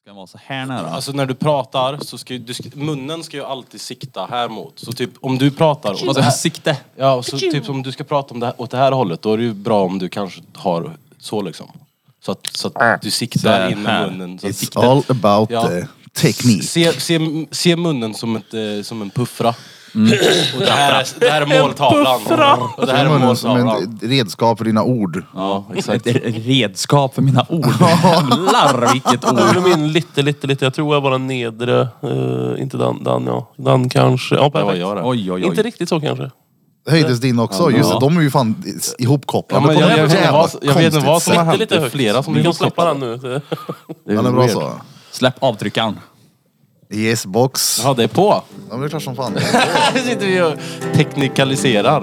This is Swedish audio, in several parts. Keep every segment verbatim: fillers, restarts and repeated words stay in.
Ska vara så här nära. Alltså när du pratar så ska du ska, munnen ska ju alltid sikta här mot. Så typ om du pratar om Alltså, sikte. Ja, och så typ om du ska prata om det här, åt det här hållet, då är det ju bra om du kanske har så liksom. Så att, så att du siktar in med munnen. Så att It's siktar. all about Ja. the technique. Se, se, se munnen som, ett, eh, som en puffra. Mm. Och det här, är, det här är måltavlan. Och det här är Munnen som måltavlan. ett redskap för dina ord. Ja, exakt. Ett redskap för mina ord. Jävlar vilket Nu är ord. det min lite, lite, lite. Jag tror jag var den nedre. Uh, inte den, den, ja. Den kanske. Ja, Det var perfekt. jag det. Oj, oj, oj. Inte riktigt så kanske. Höjdes din också? Just det, de är ju fan ihopkopplade Ja, men på jag, något jag, vet inte jävla vad, jag vet inte vad som har konstigt hänt. Lite Det är högt. flera som Vi är kan släppa den ihopkopplade. nu. Det är Den är bra weird. så. Släpp avtryckaren. Yes box. Ja, det är på. Ja, men det är klart som fan. Nu sitter vi och teknikaliserar.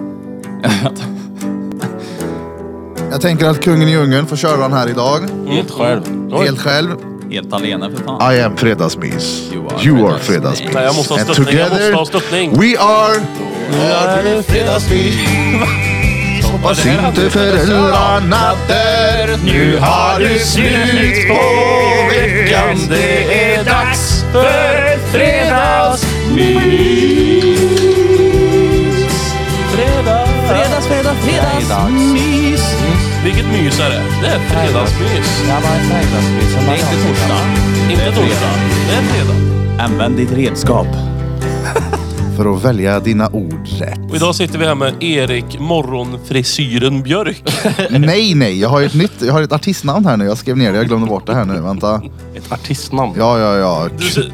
Jag tänker att kungen i djungeln får köra den här idag. Helt själv. Helt själv. Helt alena för fan. I am fredagsmys. You are You are fredagsmys. fredagsmys. Nej, jag måste ha And stöttning. Jag måste together ha stöttning. we are Fredagsmys. hoppas inte föräldrarna där. Nu har det slut på veckan. Det är dags för fredagsmys. Fredag. Fredags, fredag, fredagsmys. Vilket mys är det? Det är fredagsmys. Ja, vad är fredagsmys? Det är inte torsdag. Inte torsdag. Det är fredag. Använd ditt redskap. För att välja dina ord rätt. Och idag sitter vi här med Erik Morgonfrisyren Björk. Nej, nej. Jag har ju ett nytt, jag har ett artistnamn här nu. Jag skrev ner det. Jag glömde bort det här nu. Vänta. Ett artistnamn. Ja, ja, ja. Du ser-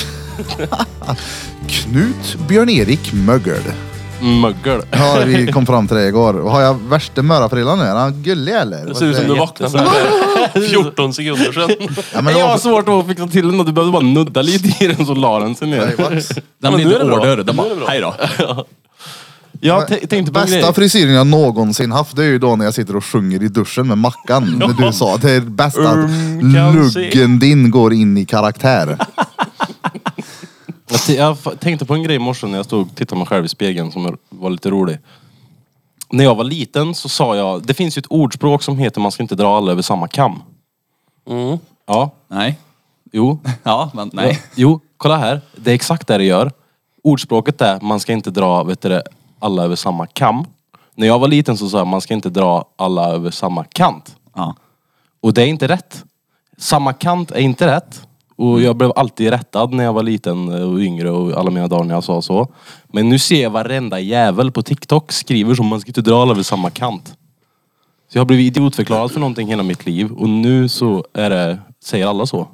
Knut Björn-Erik Mögel. Mögel. Ja, vi kom fram till det igår. Har jag värsta mörafrillan nu? Är han gullig eller? Det ser ut som du vaknade för här fjorton sekunder sedan. Ja, men Jag har då... svårt att fixa till den och du behövde bara nudda lite i den så la den sig ner. Nej, vax. Den men blir nu är inte det bra. order. Nu Den är det bra. bara, hej då. Jag t- tänkte på en Bästa grej. frisyren jag någonsin haft, det är ju då när jag sitter och sjunger i duschen med Mackan. När du sa, det är bäst att Um, kan se. luggen din går in i karaktär. Jag, t- jag f- tänkte på en grej i morse när jag stod och tittade mig själv i spegeln som var lite rolig. När jag var liten så sa jag, det finns ju ett ordspråk som heter man ska inte dra alla över samma kam. Mm. Ja, Nej. jo. Ja, men nej. Jo, kolla här. Det är exakt det det gör. Ordspråket är, man ska inte dra vet du, det, alla över samma kam. När jag var liten så sa jag, man ska inte dra alla över samma kant. Ja. Och det är inte rätt. Samma kant är inte rätt. Och jag blev alltid rättad när jag var liten och yngre och alla mina dagar när jag sa så. Men nu ser jag varenda jävel på TikTok skriver som man ska inte dra alla över samma kant. Så jag har blivit idiotförklarad för någonting hela mitt liv. Och nu så är det, säger alla så.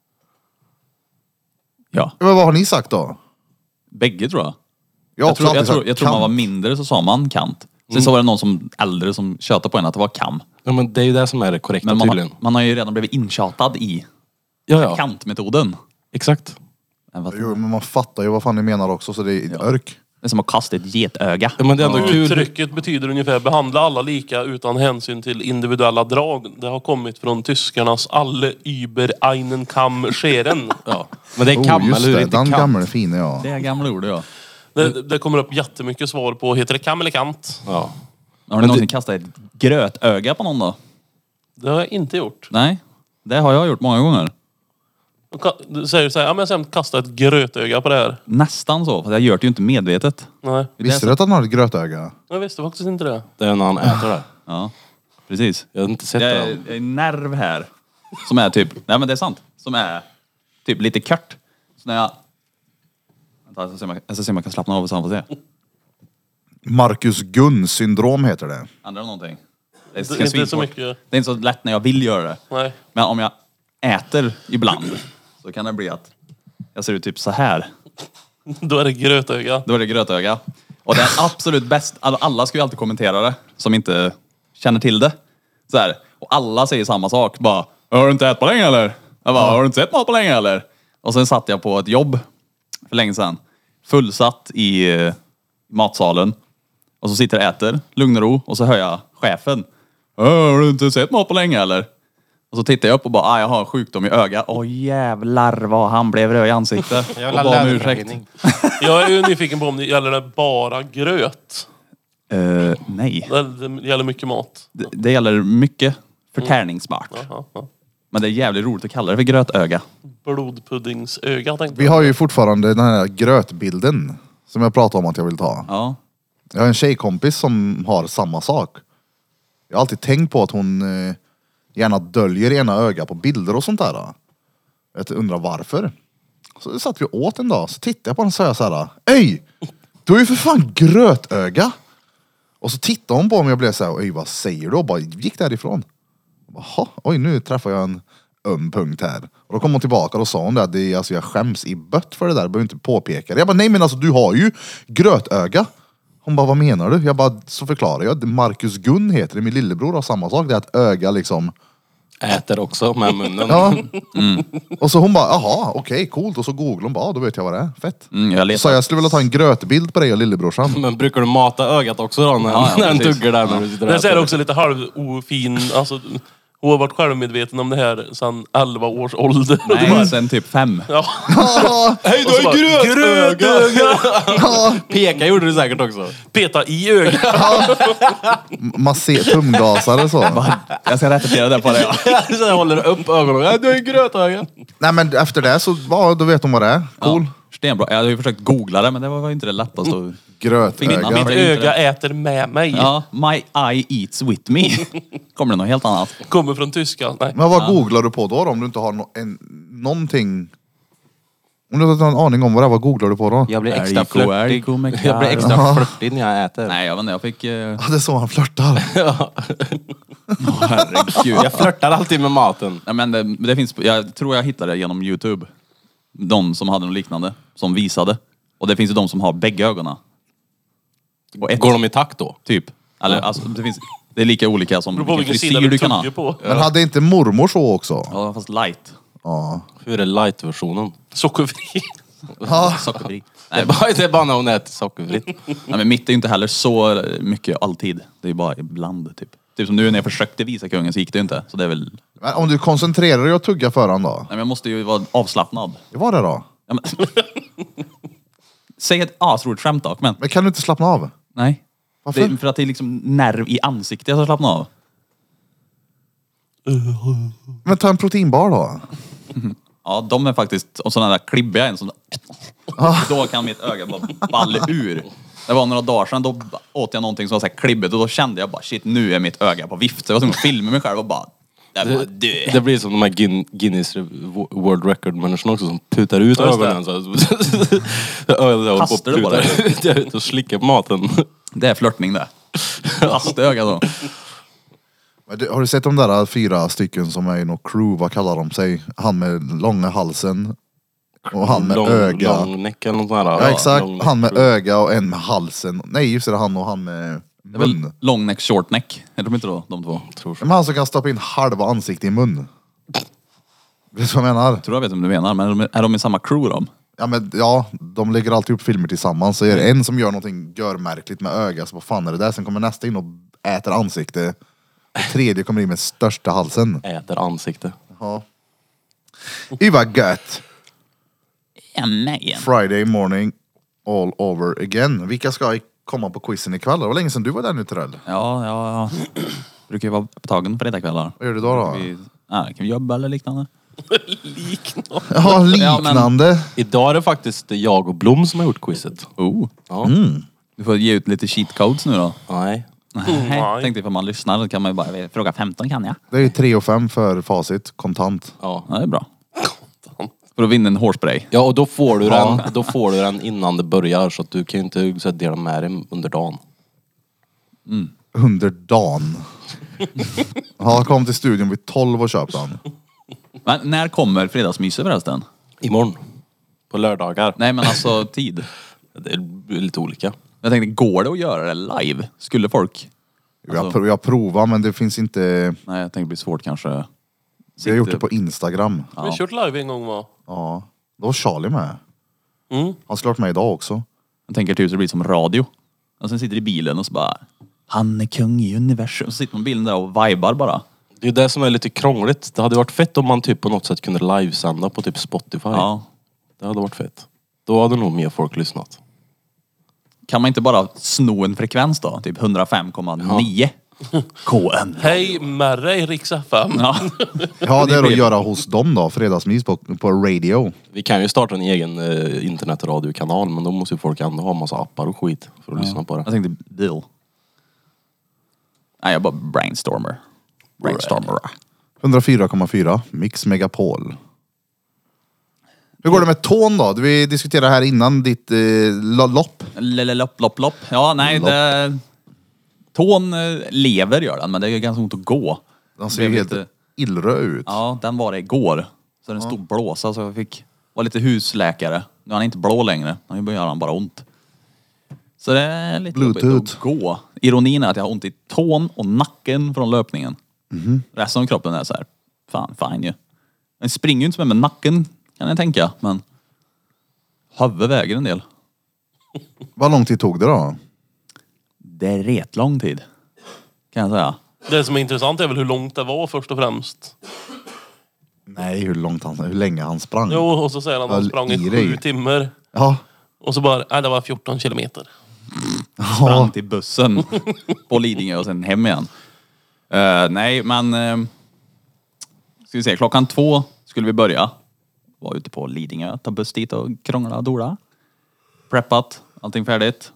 Ja. Men vad har ni sagt då? Bägge tror jag. Jag, har Jag tror, alltid jag tror, sagt jag tror man var kant. mindre så sa man kant. Sen så var det någon som äldre som tjötade på en att det var kam. Ja men det är ju det som är det korrekta Men man, tydligen. har- man har ju redan blivit intjatad i Ja ja, kantmetoden. exakt. Men vad- Jo, men man fattar ju vad fan ni menar också, så det är örk. Det är som att kasta ett getöga. Ja men det är ändå kul. Uttrycket betyder ungefär behandla alla lika utan hänsyn till individuella drag. Det har kommit från tyskarnas alle über einen Kamm scheren. Ja. Men det är kam Oh, just eller hur? det. Inte Den kant. gamla fina, ja. Det är gamla ord, ja. Det, det kommer upp jättemycket svar på, heter det kam eller kant? Ja. Har du någonsin kastat ett grötöga på någon då? Det har jag inte gjort. Nej, det har jag gjort många gånger. Och ka- Du säger så här, ja men jag ska kasta ett grötöga på det här. Nästan så, för jag gör det ju inte medvetet. Nej, Visste du att han har ett grötöga? jag visste faktiskt inte det. Det är när han äter det. Ja, precis. Jag har inte sett Det det. är det är en nerv här. Som är typ, nej men det är sant. Som är typ lite kort. Så när jag... Vänta, jag ska se om jag, jag ska se om jag kan slappna av så han får se. Marcus Gunn-syndrom heter det. Andra någonting. Det Det ska är inte så svinhårt. mycket. Det är inte så lätt när jag vill göra det. Nej. Men om jag äter ibland så kan det bli att jag ser ut typ så här. Då är det grötöga. Då är det grötöga. Och det är absolut bäst. Alltså, alla ska ju alltid kommentera det som inte känner till det. Så här. Och alla säger samma sak. Bara, har du inte ätit på länge eller? Jag bara, har du inte sett mat på länge eller? Och sen satt jag på ett jobb för länge sedan. Fullsatt i eh, matsalen. Och så sitter jag och äter, lugn och ro. Och så hör jag chefen. Har du inte sett mat på länge eller? Och så tittar jag upp och bara, ah, jag har en sjukdom i ögat. Åh jävlar vad han blev röd i ansiktet. Och bad om ursäkt. Jag är ju nyfiken på om det gäller det bara gröt. Uh, nej. Det, det gäller mycket mat. Det, det gäller mycket förtärningsbart. Ja, ja. Men det är jävligt roligt att kalla det för grötöga. Blodpuddingsöga tänkte Vi har ju fortfarande den här grötbilden som jag pratade om att jag vill ta. Ja. Jag har en tjejkompis som har samma sak. Jag har alltid tänkt på att hon eh, gärna döljer ena öga på bilder och sånt där. Jag undrar varför. Så satt vi åt en dag, så tittade jag på henne och sa så här: Ej! Du är ju för fan grötöga! Och så tittade hon på mig och jag blev så här: Oj, vad säger du? Och bara gick därifrån. Jaha, oj, nu träffar jag en öm punkt här. Och då kom hon tillbaka och sa hon det, att det är, alltså, jag skäms i bött för det där, jag behöver inte påpeka det. Jag bara, nej men alltså du har ju grötöga. Hon bara, vad menar du? Jag bara, så förklarar jag. Marcus Gunn heter det, min lillebror har samma sak. Det är att öga liksom... Äter också med munnen. Ja. Mm. Och så hon bara, jaha, okej, okay, coolt. Och så googlade hon bara, ah, då vet jag vad det är. Fett. Mm, jag letar. Så jag skulle vilja ta en grötbild på dig och lillebrorsan. Men brukar du mata ögat också då? När, Ja, ja, när den precis. tuggar där när du sitter Det där? är också lite halv ofin, alltså hon har varit självmedveten om det här sedan elva års ålder. Och det Nej, bara, sen typ fem. ja. Hej, Och så bara, grötöga! Peka gjorde du säkert också. Peta i ögat. Man ser tumgasare så. Jag ska repetera det på det. Ja. Så jag håller upp ögonen. Ja, du är grötöga. Nej men efter det så, ja, då vet hon vad det är. Cool. Ja, stenbra. Jag hade ju försökt googla det, men det var inte det lättaste. att- Grötöga. Mitt Öga äter med mig. Ja, my eye eats with me. Kommer det något helt annat? Kommer från tyska. Nej. Men vad googlar du på då, då om du inte har no en, någonting? Om du inte har en aning om vad det är, vad googlar du på då? Jag blir extra Älgko, flörtig. älgko med Jag blir extra Ja. flörtig när jag äter. Nej, jag vet inte. Jag fick... Uh... Ja, det är så han flörtar. herregud. Jag flörtar alltid med maten. Nej, men det, det finns... Jag tror jag hittade det genom YouTube. De som hade något liknande. Som visade. Och det finns ju de som har bägge ögonen. Och ett, Går de i takt då? typ. Eller, alltså, det finns... Det är lika olika som Beror på vilken sida frisyr du du kan ha. tuggar på. Men hade inte mormor så också? Ja, fast light. Ja. Hur är light-versionen? Sockerfri. Ja. Sockerfri. Det är bara, det är bara när hon äter sockerfritt. Nej, men mitt är ju inte heller så mycket alltid. Det är bara ibland typ. Typ som nu när jag försökte visa kungen så gick det ju inte. Så det är väl... Nej, Men om du koncentrerar dig och tuggar för han då? men jag måste ju vara avslappnad. Det var det då? Ja, men... Säg ett asroligt skämt dock, men... Men kan du inte slappna av? Nej. Varför? Det är för att det är liksom nerv i ansiktet jag ska slappna av. Men ta en proteinbar då. Ja, de är faktiskt... Och sådana där klibbiga en som... Då kan mitt öga bara balla ur. Det var några dagar sedan, då åt jag någonting som var så här klibbigt och då kände jag bara shit, nu är mitt öga på vift. Så jag var tvungen att filma mig själv och bara... Det var dö. Det blir som de här Guin- Guinness World Record-människorna också som putar ut Ja, just det. ögonen. Så Kastar du bara ut jag ut och slickar på maten. Det är flörtning det. Kasta öga då. Men du, har du sett de där fyra stycken som är i något crew, vad kallar de sig? Han med långa halsen och han med lång, öga. Lång näck eller något sånt här. Ja exakt, lång han med näck. öga och en med halsen. Nej just det, han och han med Det är väl mun. long neck, short neck. Är de inte då, de två? Tror så. Men han som kan stoppa in halva ansiktet i mun. Vet du vad jag menar? Jag tror jag vet vem du menar, men är de, är de i samma crew då? Ja men ja, de lägger alltid upp filmer tillsammans. Så är det en som gör någonting görmärkligt med öga, så vad fan är det där? Sen kommer nästa in och äter ansikte. Och tredje kommer in med största halsen. Äter ansikte. Ja. Det var gött. Amen. Friday morning all over again. Vilka ska komma på quizen ikväll? Det var länge sedan du var där nu, Terrell. Ja, ja, ja. Brukar ju vara upptagen på fredagskvällar. Vad gör du då då? Vi, ja, kan vi jobba eller liknande? Liknande. Ja, liknande. Idag är det faktiskt jag och Blom som har gjort quizet. Oh. Ja. Mm. Du får ge ut lite cheat codes nu då. Nej. Nej. nej. Tänkte ifall man lyssnar så kan man ju bara fråga femton kan jag. Det är tre och fem för facit, kontant. Ja. Ja, det är bra. För att vinna en hårspray. Ja, och då får du Ja. den, då får du den innan det börjar så att du kan ju inte så att dela med dig under dagen. Under dagen. Ja, kom till studion vid tolv och köp den. Men när kommer fredagsmyset förresten? Imorgon. På lördagar. Nej men alltså tid. Det är lite olika. Jag tänkte, går det att göra det live? Skulle folk? Jag, Alltså- pr- jag provar men det finns inte... Nej, jag tänkte det blir svårt kanske. Vi har gjort det på Instagram. Vi har kört live en gång va? Ja. Då var Charlie med. Mm. Han skulle varit med idag också. Jag tänker typ så det blir som radio. Och sen sitter i bilen och så bara... Han är kung i universum. Och så sitter man i bilen där och vibar bara. Det är det som är lite krångligt. Det hade varit fett om man typ på något sätt kunde livesända på typ Spotify. Ja. Det hade varit fett. Då hade nog mer folk lyssnat. Kan man inte bara sno en frekvens då? Typ hundrafem komma nio? K N. Hej Märre, Riks F M. Ja. Ja, det är att göra hos dem då, fredagsmys på, på radio. Vi kan ju starta en egen eh, internetradiokanal, men då måste ju folk ändå ha massa appar och skit för att ja. lyssna på det. Jag tänkte Bill. Nej, jag bara brainstormer. Brainstormer. hundrafyra komma fyra, Mix Megapol. Hur går det med tån då? Vi diskuterade här innan ditt eh, lopp. Lopp, lopp, lopp. Ja, nej, Lopp. det... Tån eh, lever gör den, men det är ganska ont att gå. Den ser ju helt lite... illrö ut. Ja, den var det igår. Så den stod blåsa, så jag fick vara lite husläkare. Nu är han inte blå längre. Nu börjar han bara ont. Så det är lite Bluetooth. jobbigt att gå. Ironin är att jag har ont i tån och nacken från löpningen. Mm-hmm. Resten av kroppen är så här, fan, fine ju. Den springer ju inte som med nacken, kan jag tänka. Men huvudet väger en del. Vad lång tid tog det då? Det är rätt lång tid, kan jag säga. Det som är intressant är väl hur långt det var först och främst. Nej, hur långt han, hur länge han sprang. Jo, och så säger han att han sprang i sju timmar. Ja. Och så bara, nej det var fjorton kilometer. Sprang till bussen på Lidingö och sen hem igen. Uh, nej, men... Uh, ska vi se, klockan två skulle vi börja. Var ute på Lidingö, ta buss dit och krångla och dola. Preppat, allting färdigt.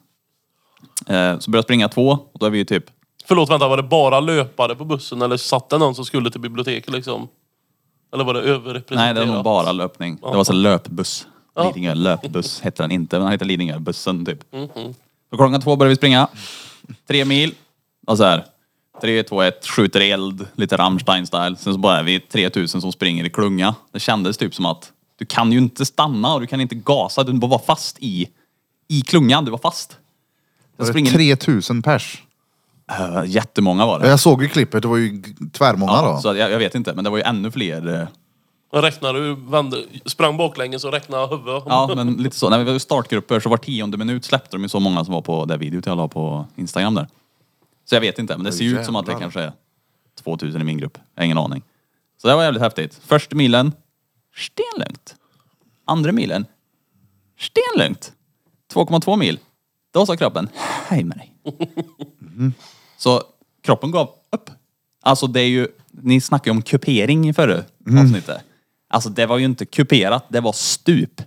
Uh, så började springa två och då är vi ju typ... Förlåt, vänta, var det bara löpare på bussen eller satt det någon som skulle till biblioteket liksom? Eller var det överrepresenterat? Nej, det var nog bara löpning. Det var så löpbuss. Lidingö löpbuss hette den inte, men den hette Lidingö bussen typ. Mm-hmm. Så klockan två började vi springa. Tre mil. Och så här. Tre, två, ett, skjuter eld. Lite Rammstein-style. Sen så bara är vi tre tusen som springer i klunga. Det kändes typ som att du kan ju inte stanna och du kan inte gasa. Du bara var fast i, i klungan. Du var fast. Jag springer... tre tusen pers. Uh, jättemånga var det. Jag såg ju klippet, det var ju tvärmånga ja, då. Så jag, jag vet inte, men det var ju ännu fler. Uh... Och räknade du, vände, sprang baklänges och räknade huvudet. Ja, men lite så. När vi var i startgrupper så var tionde minut släppte de ju så många som var på det videot jag la på Instagram där. Så jag vet inte, men det ser ju ut som att det kanske är tvåtusen i min grupp. Jag har ingen aning. Så det var jävligt häftigt. Första milen, stenlugnt. Andra milen, stenlugnt. två komma två mil. Då sa kroppen, hej med dig. Mm. Så kroppen gav upp. Alltså det är ju, ni snackade ju om kupering i förra mm. avsnittet. Alltså det var ju inte kuperat, det var stup.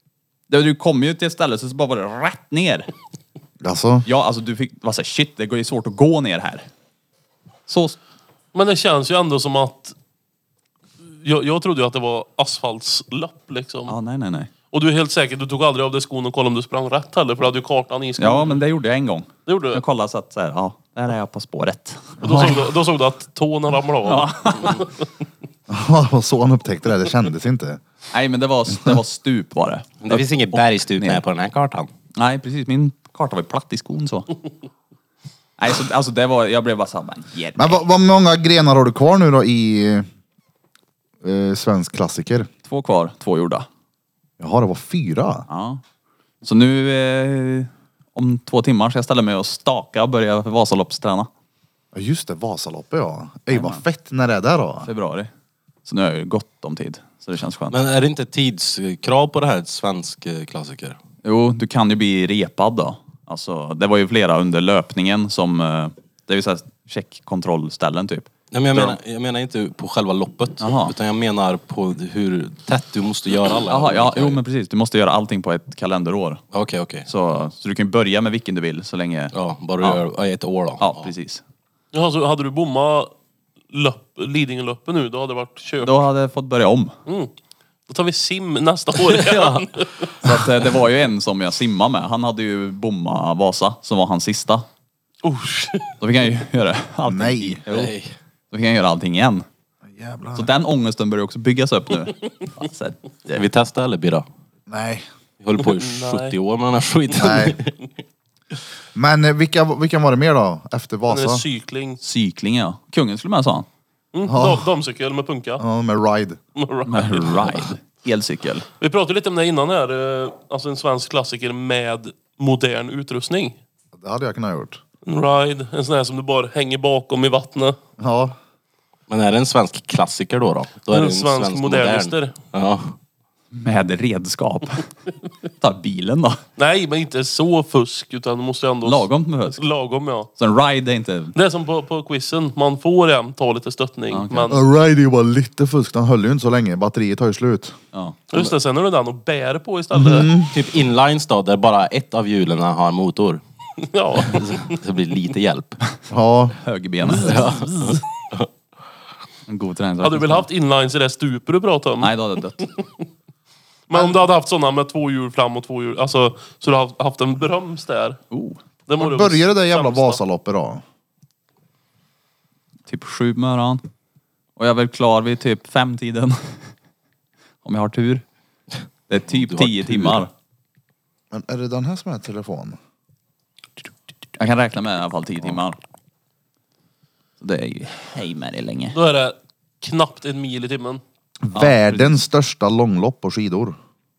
Du kom ju till ett ställe så bara var det rätt ner. Alltså? Ja, alltså du fick, vad säger shit, det går ju svårt att gå ner här. Så. Men det känns ju ändå som att jag, jag trodde ju att det var asfaltslöpp liksom. Ja, nej, nej, nej. Och du är helt säker, du tog aldrig av dig skon och kollade om du sprang rätt heller, för du hade ju kartan i skon. Ja, men det gjorde jag en gång. Det gjorde du? Jag kollade så att så här, ja, där är jag på spåret. Och då, såg du, då såg du att tån ramlade av. Ja. Ja, så han upptäckte det, det kändes inte. Nej, men det var, det var stup var det. Men det finns inget bergstup med på den här kartan. Nej, precis. Min karta var ju platt i skon så. Nej, så, alltså det var, jag blev bara såhär, men yeah. Men vad, vad många grenar har du kvar nu då i eh, svensk klassiker? Två kvar, två gjorda. Jaha, det var fyra. Ja. Så nu eh, om två timmar ska jag ställa mig och staka och börja Vasaloppsträna. Ja just det, Vasaloppet ja. Ej vad fett, när det är där då? Februari. Så nu har jag ju gott om tid. Så det känns skönt. Men är det inte tidskrav på det här svensk klassiker? Jo, du kan ju bli repad då. Alltså, det var ju flera under löpningen som, eh, det vill säga checkkontrollställen typ. Nej, men jag, menar, jag menar inte på själva loppet. Jaha. Utan jag menar på hur tätt du måste göra alla. Jaha, ja, jo men precis. Du måste göra allting på ett kalenderår. Okej, okej. Så, så du kan ju börja med vilken du vill så länge... Ja, bara du Ja. gör ett år då. Ja, precis. Ja, så hade du bommat löpp, Lidingö-löppen nu, då hade det varit kört. Då hade jag fått börja om. Mm. Då tar vi sim nästa år igen. Så att, eh, det var ju en som jag simmade med. Han hade ju bomma Vasa, som var hans sista. Usch. Då fick han ju göra allting. Nej. Jo. Nej. Då fick han göra allting igen. Jävlar. Så den ångesten börjar också byggas upp nu. Alltså, Ska vi testa eller Birra? Nej. Vi håller på i sjuttio år med den här skiten. Nej. Men eh, vilka, vilka var det mer då? Efter Det är Vasa? cykling. cykling ja. Kungen skulle med sa han. Mm. Ja. Damcykel med punka. Ja, med ride. Med ride. Elcykel. Vi pratade lite om det innan här. eh, Alltså en svensk klassiker med modern utrustning. Det hade jag kunnat gjort. En ride, en sån här som du bara hänger bakom i vattnet. Ja. Men är det en svensk klassiker då? då? då är En det svensk modernister. Ja. Med redskap. Ta bilen då. Nej, men inte så fusk, utan du måste ändå... Lagom med fusk. Lagom, ja. Så en ride är inte... Det är som på, på quizen. Man får en ta lite stöttning. Ja, okej. Men Alright, det var lite fusk. Den höll ju inte så länge. Batteriet tar ju slut. Ja. just det, sen är det den att bära på istället. Mm. Typ inlines då, där bara ett av hjulen har motor. Ja. Så det blir lite hjälp. Ja, Högerbenet. Ja. En god träning. Hade du väl haft inlines i det stupet du pratade om? Nej, då hade jag dött. Men om du hade haft sådana med två hjul fram och två hjul, alltså så du hade haft en broms där. Oh. Det må du började det där jävla sämsta. Vasaloppet då? Typ sju morgon. Och jag är väl klar vid typ fem tiden. Om jag har tur. Det är typ Du har tio tur. timmar. Men är det den här som är telefon? Jag kan räkna med i alla fall tio timmar. Så det är ju hej med det länge. Då är det knappt en mil i timmen. Världens största långlopp på skidor.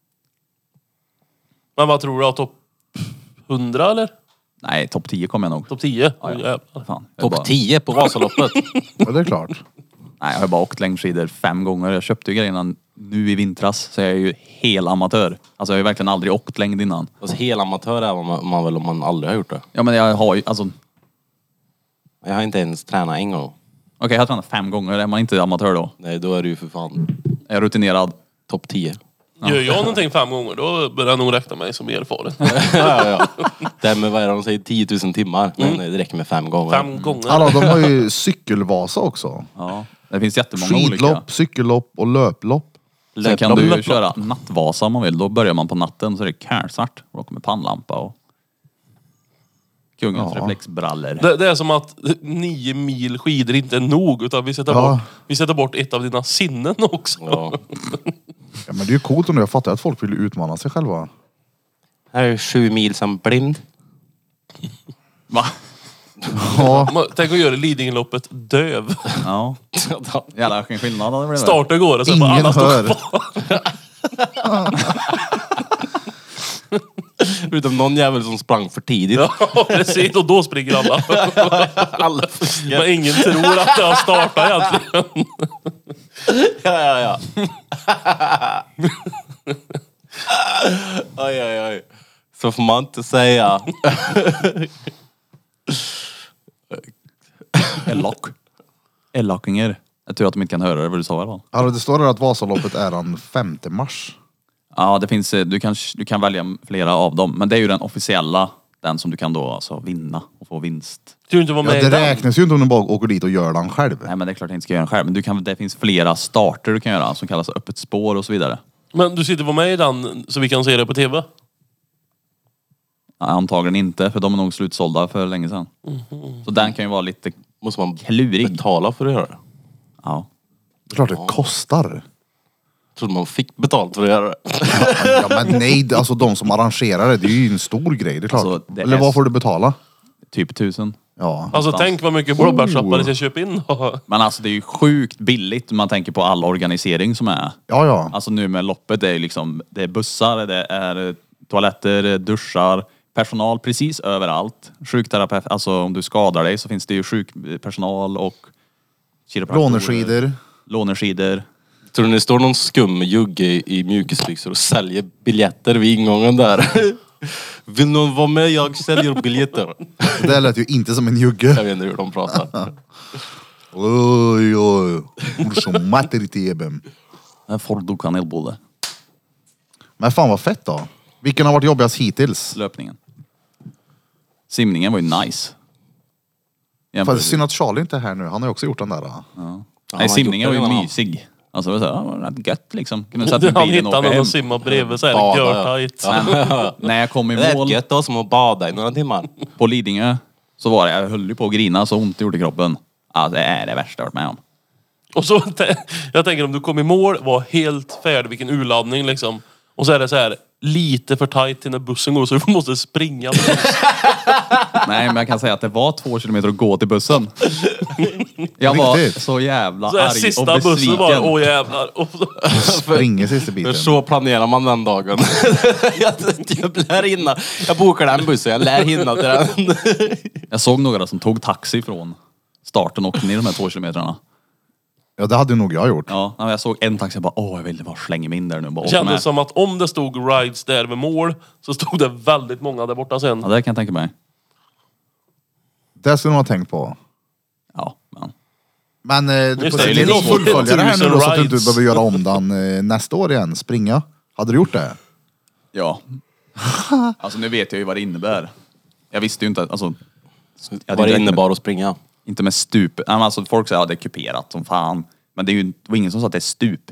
Men vad tror du? Topp hundra eller? Nej, topp tio kommer jag nog. Topp tio? Ja, Oj, ja. jävlar. Fan, jag har Topp bara, tio på Vasaloppet. Ja, det är klart. nej, jag har bara åkt längdskidor fem gånger. Jag köpte ju grejerna nu i vintras. Så jag är ju hel amatör. Alltså jag har ju verkligen aldrig åkt längd innan. Alltså hel amatör är man, man väl om man aldrig har gjort det. Ja, men jag har ju, alltså... Okej, Jag har inte ens tränat en gång. jag har tränat fem gånger. Är man inte amatör då? Nej, då är du ju för fan Är jag rutinerad? topp tio. Gör jag någonting fem gånger, då börjar jag nog räkna mig som erfaren. ja, ja. Det här med vad är det de säger, tio tusen timmar. Men nej, det räcker med fem gånger. Fem gånger. Alla, de har ju cykelvasa också. Ja. Det finns jättemånga olika. Skidlopp, cykellopp och löplopp. Sen kan du ju Löplopp. köra nattvasa om man vill. Då börjar man på natten så är det kärnsvart. Och då kommer pannlampa och kungens Ja. reflexbrallor. Det, det är som att nio mil skidor inte är nog, utan vi sätter, Ja. bort, vi sätter bort ett av dina sinnen också. Ja. Ja, men det är ju coolt om jag fattar att folk vill utmana sig själva. Här är sju mil som blind. Va? Ja, Man- Tänk att göra Lidingöloppet döv. Ja. Jävlar vilken skillnad hade det blivit. Starten går och sen bara ingen alla står hör. kvar. Utom någon jävel som sprang för tidigt. Ja, precis. Och då springer alla. Alla fuskar. Men ingen tror att det har startat egentligen. Ja, ja, ja. Oj, oj, oj. Så får man inte säga. Elak. Elakinger. Jag tror att de inte kan höra det vad du sa i alla fall. alltså, det står där att Vasaloppet är den femte mars. Ja, det finns, eh, du kan, du kan välja flera av dem. Men det är ju den officiella. Den som du kan då alltså vinna och få vinst. Ska du inte vara Ja, med i det den? räknas ju inte om du bara åker dit och gör den själv. Nej, men det är klart att jag inte ska göra den själv. Men du kan, det finns flera starter du kan göra som kallas öppet spår och så vidare. Men du sitter och var med i den så vi kan se det på tv? Ja, antagligen inte, för de är nog slutsålda för länge sedan. Så den kan ju vara lite Måste man klurig. betala för att göra det? Ja. Det är klart det kostar. Jag trodde man fick betalt för att göra det. Ja, men nej, det- alltså de som arrangerar det, det är ju en stor grej. Det är klart. Alltså, det Eller är- vad får du betala? Typ tusen. Ja. Alltså Någonstans. tänk vad mycket blåbärsshoppare ska köpa in då. Men alltså det är ju sjukt billigt om man tänker på all organisering som är. Ja, ja. Alltså nu med loppet, det är liksom, det är bussar, det är toaletter, det är duschar, personal precis överallt. Sjukterapeut, alltså om du skadar dig så finns det ju sjukpersonal och kiropraktorer. Låneskidor. Låneskidor. Tror ni det står någon skum jugge i, i mjukisbyxor och säljer biljetter vid ingången där? Vill någon vara med? Jag säljer biljetter. Det där lät ju inte som en jugge. Jag vet inte hur de pratar. Oj, oj. Ord som matter i teben. En Fordo kanelbulle. Men fan vad fett då. Vilken har varit jobbigast hittills? Löpningen. Simningen var ju nice. Jämfört- Fast synd att Charlie inte är här nu. Han har ju också gjort den där. Ja. han Nej, har simningen var gjort det ju redan. mysig. Alltså det var så här, ja, rätt gött liksom. Kunde sätta i Han bilen och hittade åka någon hem. och simma bredvid så här Bada, görtajt. Men när jag kom i Det är mål rätt gött då som att bada i några timmar. på Lidingö så var det, jag höll ju på att grina så ont gjorde kroppen. Ja, det är det värsta jag varit med om. Och så, jag tänker om du kom i mål, var helt färdig, vilken urladdning liksom. Och så är det så här lite för tajt till när bussen går så du måste springa. Nej, men jag kan säga att det var två kilometer att gå till bussen. Jag var Riktigt? så jävla Så här, arg sista och bussen besviken. bara, åh jävlar. Och så, Springer sista För biten. så planerar man den dagen. jag, jag lär hinna. Jag bokar den bussen, jag lär hinna till den. Jag såg några som tog taxi från starten och åkte ner de här två kilometrarna. Ja, det hade nog jag gjort. Ja, jag såg en taxi och bara, åh jag vill bara slänga mig in där nu. Bara, Det kändes som att om det stod rides där vid mål så stod det väldigt många där borta sen. Ja, det kan jag tänka mig. Det skulle man ha tänkt på. Ja, men... Men eh, du Just får det, se det är till att lite fullfölja det här nu då, så att du inte rides. behöver göra om den eh, nästa år igen. Springa. Hade du gjort det? Ja. Alltså nu vet jag ju vad det innebär. Jag visste ju inte, alltså... jag hade Vad det inte innebar att springa. Inte med stup. Nej, men alltså, folk säger att ja, det är kuperat som fan. Men det är ju det var ingen som sa att det är stup.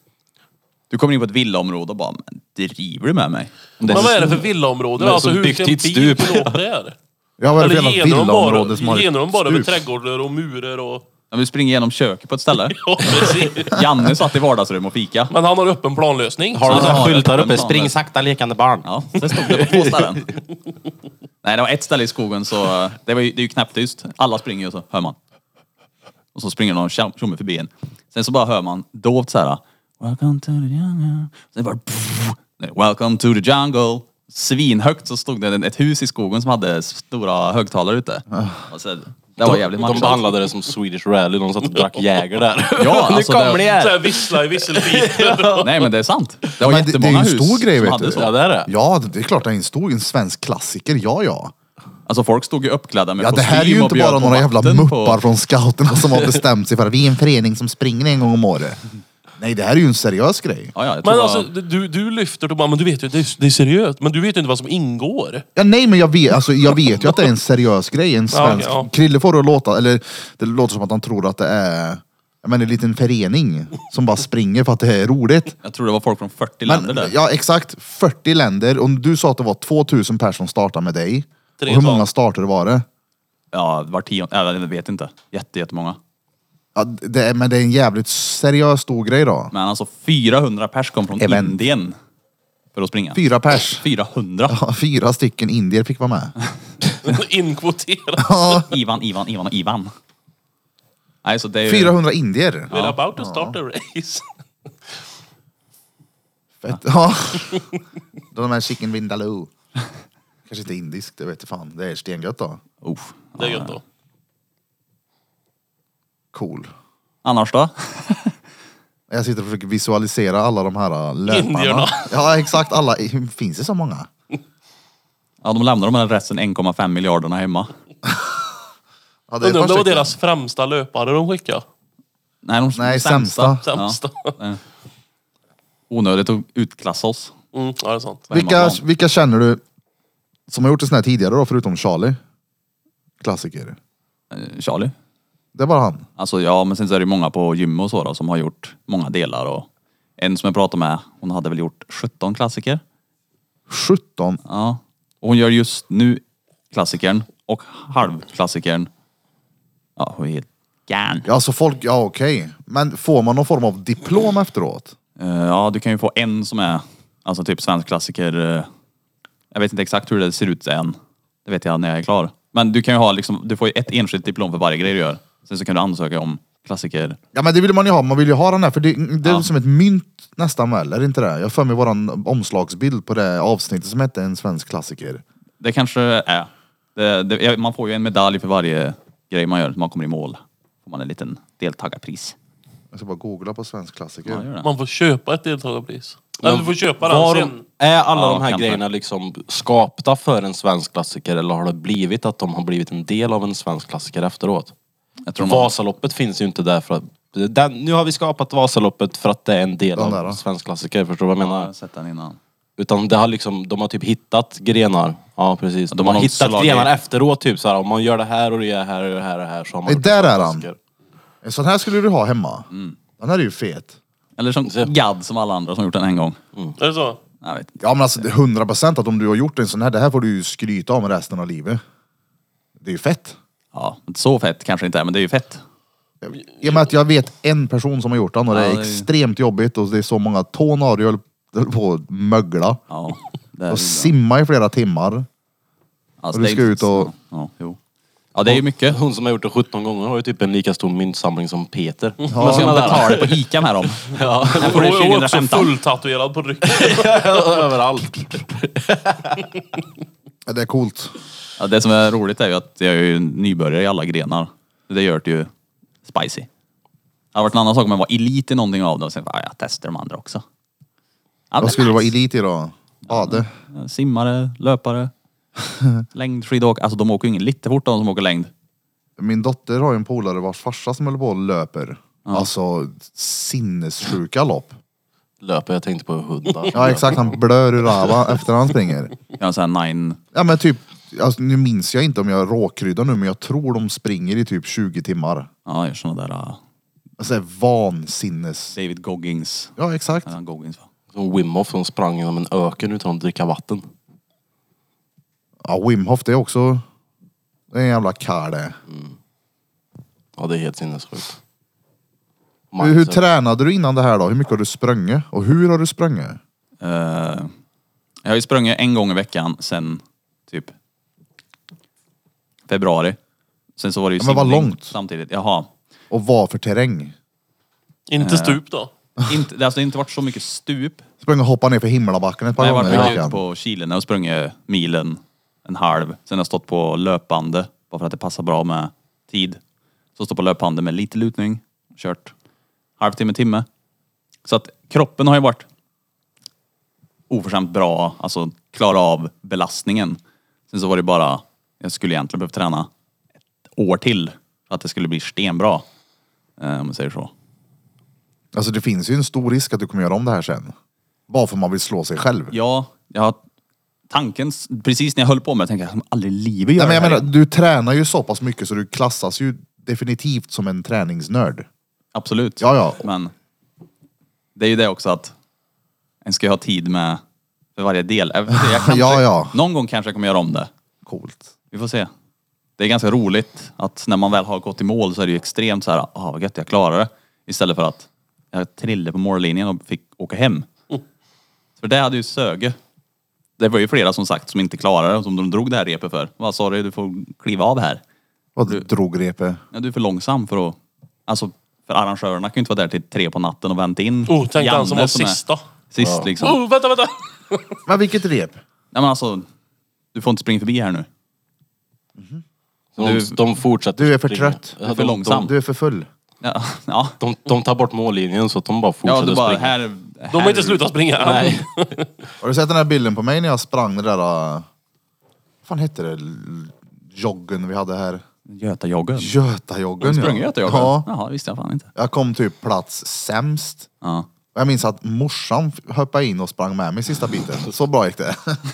Du kommer in på ett villaområde och bara, men driver du med mig? Men vad är det för villaområde? Det är Alltså som hur byggt ska i en ett bil stup. kunna åka där? Ja, vad är det för Eller jävla genom bara, villaområde som har genom bara med stup? trädgårdar och murer och... Jag vill springa igenom köket på ett ställe. Ja, precis. Janne satt i vardagsrum och fika. Men han har öppen planlösning. Har du Ja, så här ja, skyltar öppen uppe? plan Spring där. sakta lekande barn. Ja, det stod det på två ställen. Nej, det var ett ställe i skogen så det, var ju, det är ju knäpptyst. Alla springer ju och så hör man. Och så springer någon tjomme förbi en. Sen så bara hör man dovt så här. Welcome to the jungle. Sen bara pff, nej, welcome to the jungle. Svinhögt så stod det ett hus i skogen som hade stora högtalare ute. Och så, det var jävligt De matchat. behandlade det som Swedish Rally. De satt och drack Jäger där. Ja, nu alltså kommer det- ni Så här. här vissla i visselpiper. Nej men det är sant. Det var Men det, det är jättemånga ju en hus stor grej, som vet hade du. så. Ja, det är det. Ja, det är klart det är en stor, en svensk klassiker. Ja, ja. Alltså folk stod ju uppklädda med Ja, det kostym här är ju och inte bjöd bara på några jävla vatten muppar på... från scouterna som har bestämt sig för att vi är en förening som springer en gång om året. Nej, det här är ju en seriös grej. Ja, ja, jag tror Men det alltså, var... du, du lyfter och bara, men du vet ju, det är, det är seriöst. Men du vet ju inte vad som ingår. Ja, nej, men jag vet, alltså, jag vet ju att det är en seriös grej. En svensk... Ja, ja. Krille får det att låta, eller det låter som att han tror att det är jag menar, en liten förening som bara springer för att det är roligt. Jag tror det var folk från fyrtio länder där. Ja, exakt. fyrtio länder. Och du sa att det var tvåtusen personer som startade med dig. Tre och hur många tal. startade var det? Ja, var tionde, jag vet inte. Jätte, jättemånga. Ja, det är, men det är en jävligt seriös stor grej då. Men alltså fyrahundra pers kom från Event. Indien för att springa. Fyra pers. fyrahundra. Ja, fyra stycken indier fick vara med. Inkvoterat. Ja, Ivan, Ivan, Ivan och Ivan. Nej, så det är ju... fyrahundra indier. We're about to start a race. Fett. Ja. De här chicken vindaloo. Kanske inte indisk, det vet jag fan. Det är stengött då. Uff. Det är gött då. Cool. Annars då? Jag sitter och försöker visualisera alla de här löparna. Indierna. Ja, exakt. Alla. Finns det så många? Ja, de lämnar de här resten en komma fem miljarderna hemma. Ja, Undrar om det var stycken. deras främsta löpare de skickade. Nej, de Nej, sämsta. sämsta. Sämsta. Ja. Eh. Onödigt att utklassa oss. Mm, ja, det är sant. Vilka, Hemmaplan. vilka känner du som har gjort det sån här tidigare då, förutom Charlie? Klassiker. Eh, Charlie? Det var han. Alltså ja, men sen så är det många på gym och så då, som har gjort många delar. Och en som jag pratade med, hon hade väl gjort sjutton klassiker. sjutton. Ja. Och hon gör just nu klassikern och halvklassikern. Ja, hon är helt gärn. Ja, så folk, ja okej. Men får man någon form av diplom efteråt? Eh, ja, du kan ju få en som är alltså typ svensk klassiker. eh, Jag vet inte exakt hur det ser ut än. Det vet jag när jag är klar. Men du kan ju ha liksom, du får ju ett enskilt diplom för varje grej du gör. Sen så kan du ansöka om klassiker. Ja, men det vill man ju ha. Man vill ju ha den här, för det, det är Ja. som ett mynt nästan väl, är det inte det? Jag har för mig våran omslagsbild på det avsnittet som hette En svensk klassiker. Det kanske är. Det, det, man får ju en medalj för varje grej man gör. Man kommer i mål. Får man en liten deltagarpris. Jag ska bara googla på svensk klassiker. Ja, gör det. Man får köpa ett deltagarpris. Eller du får köpa den Var sen. är alla Ja, de här kanske. grejerna liksom skapta för en svensk klassiker, eller har det blivit att de har blivit en del av en svensk klassiker efteråt? Jag tror man, Vasaloppet finns ju inte där för att den, nu har vi skapat Vasaloppet för att det är en del Den där av då? svensk klassiker, förstår du vad jag ja, jag menar? har sett den innan. Utan det har liksom, de har typ hittat grenar. Ja precis. De, De har har hittat slagit- grenar efteråt typ såhär, om man gör det här och det är här och det här och det här så har man... Nej, gjort där en är han. klassiker. En sån här skulle du ha hemma. Mm. Den här är ju fet. Eller som Gadd som alla andra som gjort den en gång. Är det så? Jag vet inte. Ja, men alltså det är hundra procent att om du har gjort en sån här, det här får du ju skryta om resten av livet. Det är ju fett. Ja, inte så fett kanske inte är, men det är ju fett. I och med att jag vet en person som har gjort den och det Ja, är det är- extremt jobbigt och det är så många tån av det, jag höll höll på att mögla. Ja, det är Och ju simma i flera timmar. bra. Alltså, och du det är ska inte ut och- så- Ja, jo. Ja, det är ju mycket. Hon som har gjort det sjutton gånger har ju typ en lika stor myntsamling som Peter. Man ska betala på Ica med dem. Ja, Den får Och du jag är också tjugohundrafemton. fulltatuerad på ryggen. överallt. Ja, det är coolt. Ja, det som är roligt är ju att jag är ju nybörjare i alla grenar. Det gör det ju spicy. Det har varit en annan sak om man var elit i någonting av det och sen bara, jag testar de andra också. Ja, Vad skulle du nice. vara elit i då? Bade? Simmare, löpare, längdskidåkare. Alltså de åker ju ingen lite fort de som åker längd. Min dotter har ju en polare vars farsa som håller på och löper. Alltså sinnessjuka lopp. Löper, jag tänkte på hundar. Ja exakt, han blör ur rava efter han springer. Jag har sån här nine... Ja men typ, alltså, nu minns jag inte om jag råkryddar nu, men jag tror de springer i typ tjugo timmar. Ja, jag såna där... Uh, Alltså vansinnes. David Goggins. Ja exakt. Eller Goggins va? Som Wim Hof som sprang genom en öken utan att dricka vatten. Ja Wim Hof det är också, det är en jävla kar det. Ja, det är helt sinnessjukt. Hur, hur tränade du innan det här då? Hur mycket har du sprungit? Och hur har du sprungit? Uh, jag har ju sprungit en gång i veckan sen typ februari. Sen så var det ju Ja, men vad simning långt? samtidigt. Jaha. Och vad för terräng? Inte stup då. Inte, det har alltså inte varit så mycket stup. Sprung och hoppade ner för himlabacken ett par Men jag har gånger i varit ute veckan. på Kilen och sprungit milen en halv. Sen har jag stått på löpbande bara för att det passar bra med tid. Så stå på löpbande med lite lutning. Kört halvtimme, timme. Så att kroppen har ju varit oförskämt bra. Alltså klara av belastningen. Sen så var det bara, jag skulle egentligen behöva träna ett år till. För att det skulle bli stenbra. Eh, om man säger så. Alltså det finns ju en stor risk att du kommer göra om det här sen. Bara för man vill slå sig själv. Ja, jag har tanken, precis när jag höll på med, jag tänkte jag kommer aldrig i livet göra Nej, men jag det här menar, igen. du tränar ju så pass mycket så du klassas ju definitivt som en träningsnörd. Absolut. Ja, ja. Men det är ju det också att en ska ju ha tid med för varje del. Jag, jag kanske, Ja, ja. Någon gång kanske jag kommer göra om det. Coolt. Vi får se. Det är ganska roligt att när man väl har gått i mål så är det ju extremt så här, ah vad gött jag klarar det. Istället för att jag trillade på mållinjen och fick åka hem. Mm. För det hade ju söge. Det var ju flera som sagt som inte klarade det, som de drog det här repet för. Vad sa du, du får kliva av här. Vad Du- drog repet? Ja, du är för långsam för att... Alltså, för arrangörerna kan ju inte vara där till tre på natten och vänta in Oh, tänk han som Janne var är sista. Sist liksom. Oh, vänta, vänta. Men vilket rep? Nej men alltså, du får inte springa förbi här nu. Så de, Du- de fortsätter Du är för springa. trött. Ja, Du är för de, långsam. Du är för full. Ja, ja. De, de tar bort mållinjen så att de bara Ja, fortsätter du bara, springa. här, De här- har inte slutat springa. Nej. Har du sett den här bilden på mig när jag sprang det där... uh, Vad fan hette det? L- Joggen vi hade här. Götajoggen. Götajoggen Du sprang ja. Götajoggen? Ja. Jaha, visste jag fan inte. Jag kom typ plats sämst. Ja. Och jag minns att morsan hoppade in och sprang med mig sista biten. Så bra gick det.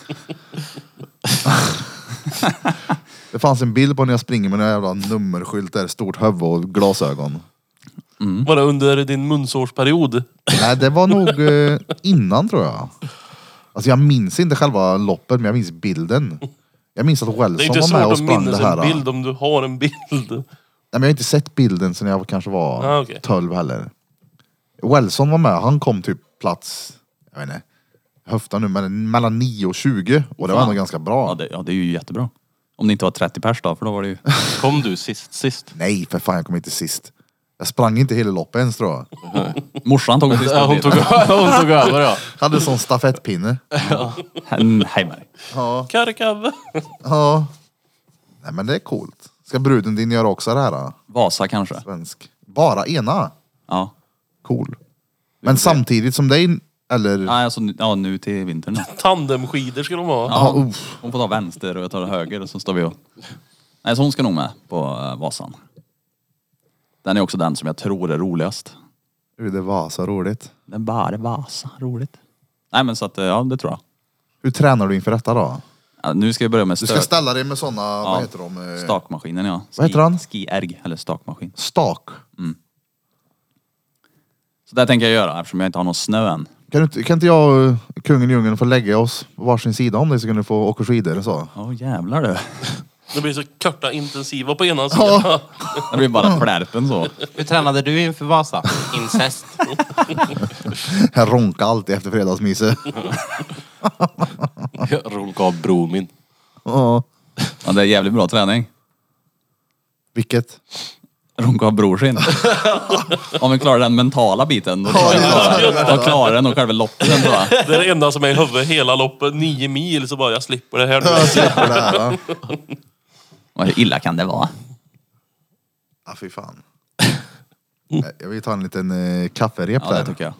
Det fanns en bild på när jag springer med en jävla nummerskylt där, stort huvud och glasögon. Var det under din munsårsperiod? Nej, det var nog eh, innan tror jag. Alltså jag minns inte själva loppet, men jag minns bilden. Jag minns att Det är Wellson inte var med svårt och att sprang det minnas här. en bild om du har en bild. Nej, men jag har inte sett bilden sen jag kanske var Ah, okej. tolv heller. Wellson var med, han kom typ plats, jag vet inte, höfta nu, men mellan nio och tjugo. Och det var Fan. ändå ganska bra. Ja, det, ja, det är ju jättebra. Om det inte var trettio pers då, för då var det ju... Kom du sist sist? Nej, för fan jag kom inte sist. Jag sprang inte hela loppet ens tror jag. Morsan tog en sista Ja, hon, tog, biten. hon tog över ja. Hade sån stafettpinne. Mm, Hej med dig. Ja, Karkave. ja. Nej men det är coolt. Ska bruden din göra också det här? Då? Vasa kanske. Svensk. Bara ena? Ja. Cool. Men samtidigt som dig, eller? Nej, alltså, nu- ja, nu till vintern. Tandemskidor ska de ha. Ja, Ja, uff. hon får ta vänster och jag tar höger och så står vi och... Nej, så hon ska nog med på uh, Vasan. Den är också den som jag tror är roligast. Det var så roligt. Den bara Vasa, roligt. Nej men så att, ja det tror jag. Hur tränar du inför detta då? Ja, nu ska jag börja med Du ska stök, ställa dig med såna, vad heter de? Eh, stakmaskinen ja. Vad heter han? Ski-erg, eller stakmaskin. Stak. Så det tänker jag göra eftersom jag inte har någon snö än. Kan, du, inte- kan inte jag och kungen i djungeln få lägga oss på varsin sida om det så kan du få åka skidor och så? Åh jävlar du. Det blir så korta intensiva på ena sidan. Det blir bara flärpen så. Hur tränade du inför Vasa? Incest. Jag ronkar alltid efter fredagsmyset. Runka av bror min. Ja. Ja, det är jävligt bra träning. Vilket? Runka av brorsin. Om vi klarar den mentala biten, då tror jag vi klarar, då klarar den och själva loppet sen, tror jag. Det är det enda som är i huvudet hela loppet. Nio mil så bara jag slipper det här nu. Jag slipper det här. Ja, Och hur illa kan det vara? ja fy fan. Jag vill ta en liten eh, kafferep Ja, det där. tycker jag.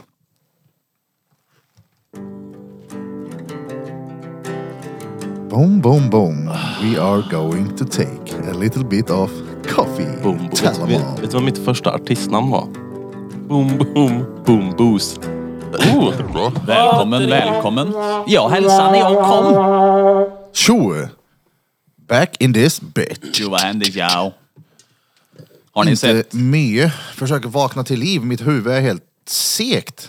Boom, boom, boom. We are going to take a little bit of coffee. Boom, boom. Vet, Tell vet, them all. vet du vad mitt första artistnamn var? Boom, boom. Boom Boos. Oh. Välkommen, välkommen. Ja, hälsa när jag kom. Tjo! Back in this bitch. Jo, vad hände, ja. Har ni Inte sett? mycket. Försöker vakna till liv. Mitt huvud är helt segt.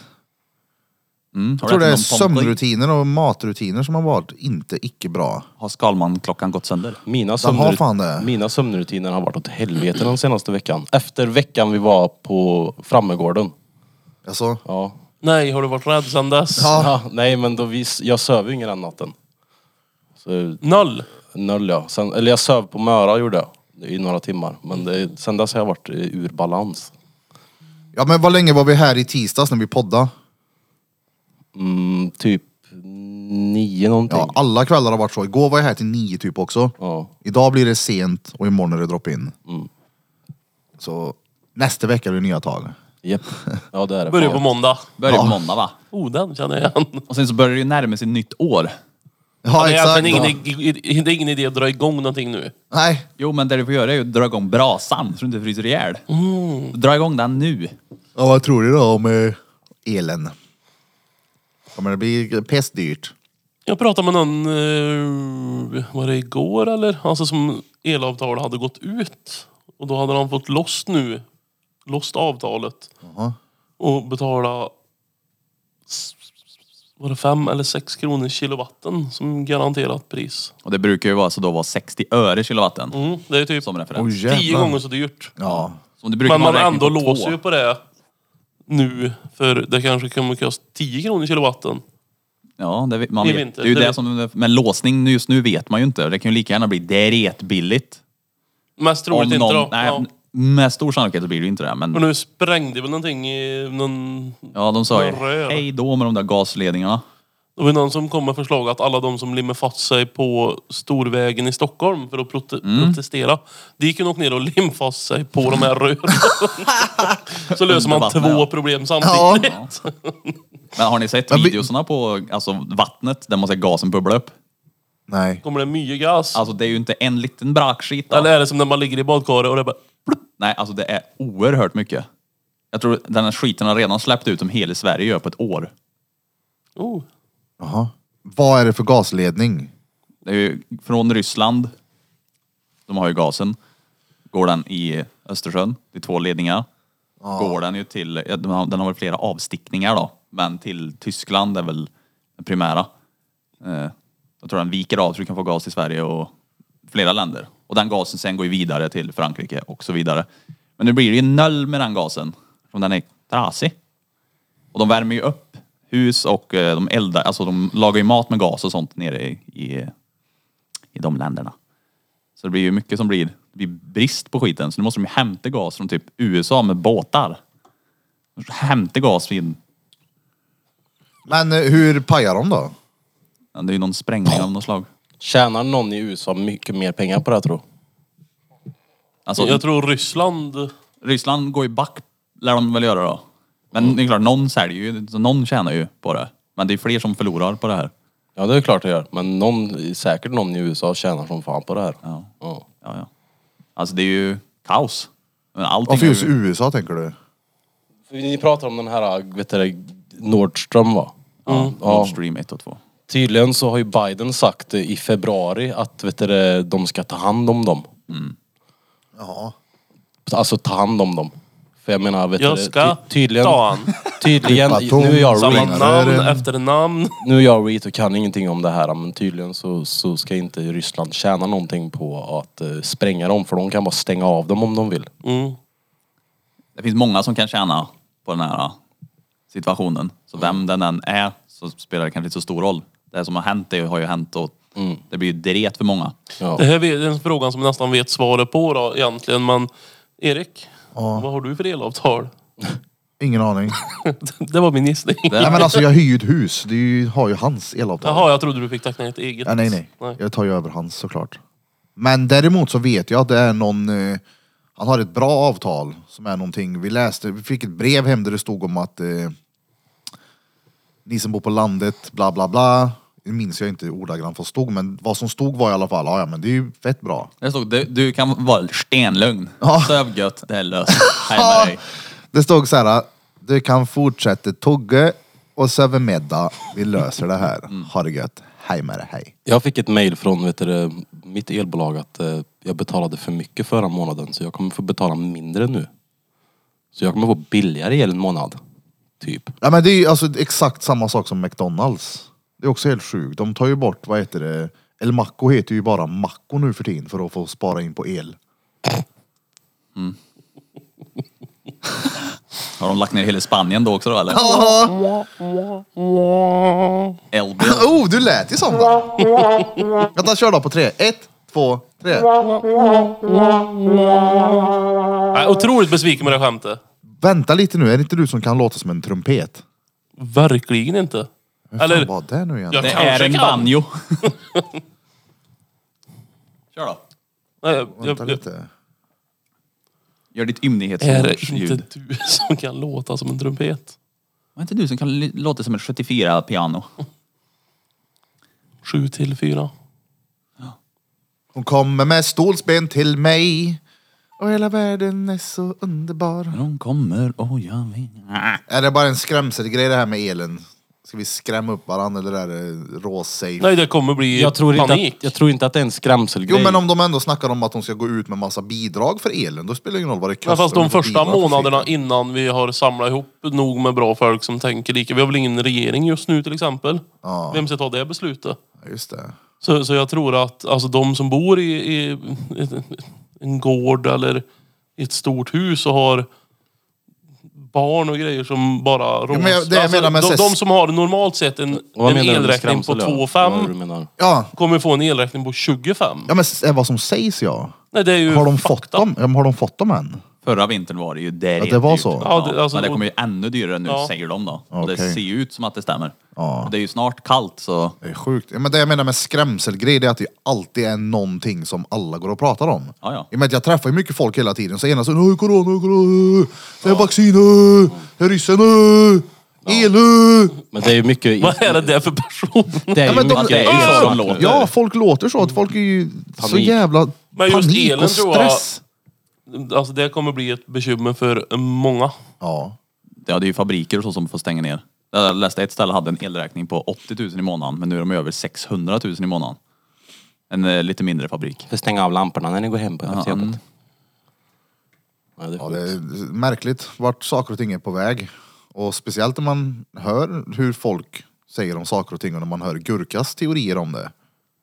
Mm, Jag tror det är ätit någon pommes frites? sömnrutiner och matrutiner som har varit inte icke bra. Har Skalman-klockan gått sönder? Mina, har sömnrut- fan det. mina sömnrutiner har varit åt helvete den senaste veckan. Efter veckan vi var på Frammegården. Alltså, Ja. Nej, har du varit rädd sedan dess? Ja. Ja, nej men då vi, jag söv ju ingen den natten. Så, Noll. noll ja. Sen, eller jag söv på Möra gjorde jag. I några timmar. Men det, sen dess har jag varit eh, ur balans. ja men vad länge var vi här i tisdags när vi poddade? Mm, typ nio någonting. Ja, alla kvällar har varit så. Igår var jag här till nio typ också. Ja. Idag blir det sent och imorgon är det drop-in. Mm. Så nästa vecka är det nya tag. Japp. Ja det är det. Börjar fan. på måndag. Börjar på Ja. måndag, va? Oh, den känner jag igen. Och sen så börjar det ju närma sig nytt år. Ja, det, är exakt. egentligen Ja. ingen, i- det är ingen idé att dra igång någonting nu. Nej, Jo, men det du får göra är ju att dra igång brasan så du inte fryser ihjäl. Dra igång den nu. ja, vad tror du då om eh, elen? Kommer det bli pestdyrt? Jag pratade med någon, eh, var det igår eller? Alltså som elavtal hade gått ut. Och då hade de fått loss nu. Lost avtalet. Jaha. Och betala s- var det fem eller sex kronor kilowatten som garanterat pris. Och det brukar ju vara så då vara sextio öre kilowatten Mm, det är typ som referens. Oj, jävlar. tio gånger så dyrt. Ja. Så det brukar Men man vara räkning ändå på låser två. ju på det nu. För det kanske kommer kosta tio kronor kilowatten. Ja, det, vet- man I vet. vinter, Det är ju det det vet- som, men låsning just nu vet man ju inte. Det kan ju lika gärna bli dretbilligt. Mest troligt inte då. Nej, Ja. med stor sannolikhet så blir det ju inte det. Och Men nu sprängde väl någonting i någon... ja, de sa ju någon rör. hej då med de där gasledningarna. Det var någon som kom med förslag att alla de som limmar fast sig på Storvägen i Stockholm för att prote- Mm. protestera. De gick ju nog ner och lim fast sig på de här rören. Så löser man Under vattnet, två ja. problem samtidigt. Ja. Men har ni sett Men vi- videorna på alltså, vattnet där man ser gasen bubbla upp? Nej. Kommer det mycket gas? Alltså det är ju inte en liten brakskit då. Eller är det som när man ligger i badkaret och det bara... Nej, alltså det är oerhört mycket. Jag tror den här skiten har redan släppt ut som hela Sverige gör på ett år. Oh. Jaha. Vad är det för gasledning? Det är ju från Ryssland. De har ju gasen. Går den i Östersjön. Det är två ledningar. Går den ju till, ja, den har, den har väl flera avstickningar då. Men till Tyskland är väl den primära. Eh, jag tror den viker av så du kan få gas i Sverige och flera länder. Och den gasen sen går ju vidare till Frankrike och så vidare. Men nu blir det ju noll med den gasen. Som den är trasig. Och de värmer ju upp hus och eh, de eldar, alltså de lagar ju mat med gas och sånt nere i, i, i de länderna. Så det blir ju mycket som blir, det blir brist på skiten. Så nu måste de ju hämta gas från typ U S A med båtar. Hämta gas vid, Men eh, hur pajar de då? ja, det är ju någon sprängning av något slag. Tjänar någon i U S A mycket mer pengar på det här, tror jag? Alltså, Jag tror Ryssland... Ryssland går ju back, lär de väl göra då. Men det är klart, någon säljer ju, så någon tjänar ju på det. Men det är fler som förlorar på det här. Ja det är klart det gör. Men någon, säkert någon i U S A tjänar som fan på det här. Ja, Ja. ja, ja. Alltså det är ju kaos. Men allting Varför är just ju, U S A tänker du? För ni pratar om den här, vet du, Nordström va? ja, Ja. Nord Stream ett och två. Tydligen så har ju Biden sagt eh, i februari att vet du, de ska ta hand om dem. Ja. Alltså ta hand om dem. För jag menar, vet Jag du, ska ty- tydligen, ta han. tydligen, Klippa nu är jag Samma Ring. reet, namn Eller- efter namn. nu är jag reet och kan ingenting om det här, men tydligen så, så ska inte Ryssland tjäna någonting på att eh, spränga dem, för de kan bara stänga av dem om de vill. Mm. Det finns många som kan tjäna på den här situationen. Så vem den än är så spelar det kanske inte så stor roll. Det som har hänt det har ju hänt och det blir ju dret för många. Ja. Det här är en fråga som jag nästan vet svaret på då egentligen. Men Erik, vad har du för elavtal? Ingen aning. Det var min gissning. Nej men alltså jag hyr ju ett hus. Det är ju, har ju hans elavtal. Jaha, jag trodde du fick teckna ett eget. Ja, nej, nej nej. Jag tar ju över hans såklart. Men däremot så vet jag att det är någon... Eh, Han har ett bra avtal som är någonting. Vi läste, vi fick ett brev hem där det stod om att eh, ni som bor på landet, bla bla bla. Det minns jag inte ordagrant vad stod, men vad som stod var i alla fall, ja, ja men det är ju fett bra. Det stod, du, du kan vara stenlugn. Ja. Sövgött, det är löst. Hej med dig. Det stod så här, du kan fortsätta tugga och söva middag. Vi löser det här. Mm. Ha det gött. Hej med dig, hej. Jag fick ett mejl från vet du, mitt elbolag att eh, jag betalade för mycket förra månaden. Så jag kommer få betala mindre nu. Så jag kommer få billigare el en månad. Typ. Ja, men det är ju alltså exakt samma sak som McDonalds. Det är också helt sjukt. De tar ju bort, vad heter det? El Maco heter ju bara Maco nu för tiden för att få spara in på el. Mm. Har de lagt ner hela Spanien då också då eller? L B. Oh, du lät ju som va? Vänta, kör då på tre. Ett, två, tre. Jag är otroligt besviken med det skämtet. Vänta lite nu, är det inte du som kan låta som en trumpet? Verkligen inte. Vem Eller- fan var det nu igen? Jag Det kanske är en kan. banjo. Kör då. Nej, jag, Vänta jag, jag, lite. Gör ditt är det ymnighetsljud. inte du som kan låta som en trumpet? Var inte du som kan li- låta som ett sjuttiofyra piano? Sju till fyra. Hon kommer med stolsben till mig. Och hela världen är så underbar. De kommer och jag vill... Är det bara en skrämselgrej det här med elen? Ska vi skrämma upp varandra eller är det råsafe? Nej, det kommer bli Jag tror, inte panik. att, jag tror inte att det är en skrämselgrej. Jo, men om de ändå snackar om att de ska gå ut med massa bidrag för elen, då spelar det ingen roll vad det kostar. Men fast de att få första bidrag för månaderna filen. innan vi har samlat ihop nog med bra folk som tänker lika. Vi har väl ingen regering just nu till exempel. Ja. Vem ska ta det beslutet? Ja, just det. Så, så jag tror att alltså, de som bor i, i ett- en gård eller i ett stort hus och har barn och grejer som bara rås. men jag- det jag menar med de, ses- de som har normalt sett en, Vad en menar du med elräkning på skrämsel, två ja? komma Vad är det du fem menar? Ja, kommer få en elräkning på tjugofem. ja men är vad som sägs ja. Nej, det är ju Har de fakta. fått dem? Ja, men har de fått dem än? Förra vintern var det ju där Ja, det var så. Ja, Ja, det- alltså- men det kommer ju ännu dyrare nu, Ja. säger de då. Och Okej. det ser ju ut som att det stämmer. Ja. Och det är ju snart kallt så... Det är sjukt. Ja, men det jag menar med skrämselgrej det är att det alltid är någonting som alla går och pratar om. Ja, ja. Jag, menar, jag träffar ju mycket folk hela tiden. Så ena säger "Oj, corona, corona, det är vacciner, det är ryssen, elu. Men det är ju mycket... Vad är det där för person? Det är Ja, ju men de- mycket det är ju så de elsvart låter. nu. Ja, folk låter så. Att folk är ju så Panik. jävla Men just panik elen och tror jag- stress. Alltså det kommer bli ett bekymmer för många. Ja. Ja, det är ju fabriker och så som får stänga ner. Jag läste ett ställe hade en elräkning på åttio tusen i månaden, men nu är de över sexhundra tusen i månaden. En eh, lite mindre fabrik. För stänga av lamporna när ni går hem på efter mm. jobbet. Ja, det är Ja, sjukt. det är märkligt vart saker och ting är på väg. Och speciellt när man hör hur folk säger om saker och ting och när man hör Gurkas teorier om det.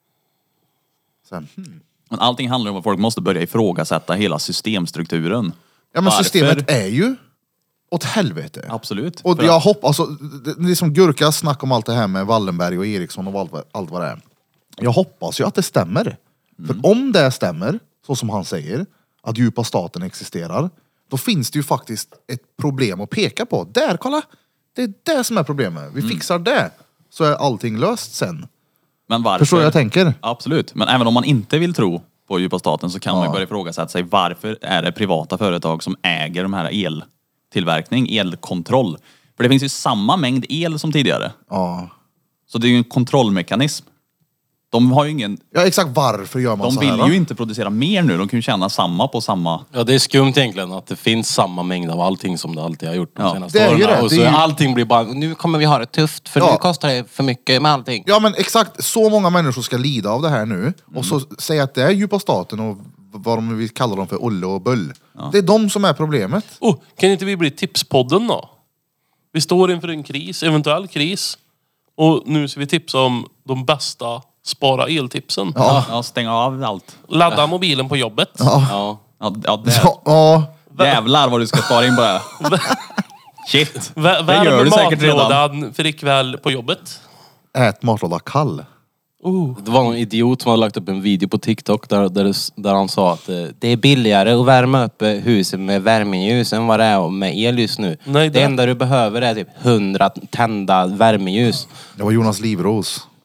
Så här, hmm. Men allting handlar om att folk måste börja ifrågasätta hela systemstrukturen. Ja men Varför? systemet är ju åt helvete. Absolut. Och För jag att- hoppas, alltså, det, det är som Gurkas snack om allt det här med Wallenberg och Eriksson och allt, vad- allt vad det är. Jag hoppas ju att det stämmer. För om det stämmer, så som han säger, att djupa staten existerar, då finns det ju faktiskt ett problem att peka på. Där, kolla! Det är det som är problemet. Vi fixar det, så är allting löst sen. Men varför? Förstår du vad jag tänker? Absolut. Men även om man inte vill tro på djupa staten så kan man ju Ja. börja ifrågasätta sig varför är det privata företag som äger de här eltillverkning, elkontroll. För det finns ju samma mängd el som tidigare. Ja. Så det är ju en kontrollmekanism. De har ju ingen... Ja, exakt varför gör man De så vill här? då? ju inte producera mer nu. De kan ju tjäna samma på samma... Ja, det är skumt egentligen att det finns samma mängd av allting som det alltid har gjort de Ja, senaste det är ju åren. det. Och Det så är ju- allting blir bara, nu kommer vi ha det tufft för Ja. nu kostar det för mycket med allting. Ja men exakt, så många människor ska lida av det här nu. Och så säga att det är djupa staten och vad de vill kalla dem för, Olle och Bull. Det är de som är problemet. Oh, kan inte vi bli tipspodden då? Vi står inför en kris, eventuell kris. Och nu ska vi tipsa om de bästa spara eltipsen. Ja. Ja, stänga av allt. Ladda mobilen på jobbet. Ja. Ja, ja, där. Ja, ja. Jävlar vad du ska spara in på det. Shit. Vä- Det gör Värm du säkert redan. matlådan för ikväll på jobbet. Ät matlåda kall. Oh. Det var någon idiot som hade lagt upp en video på TikTok där, där, det, där han sa att eh, det är billigare att värma upp eh, huset med värmeljus än vad det är med elljus nu. Nej, det det- enda du behöver är typ hundra tända värmeljus. Det var Jonas Livros.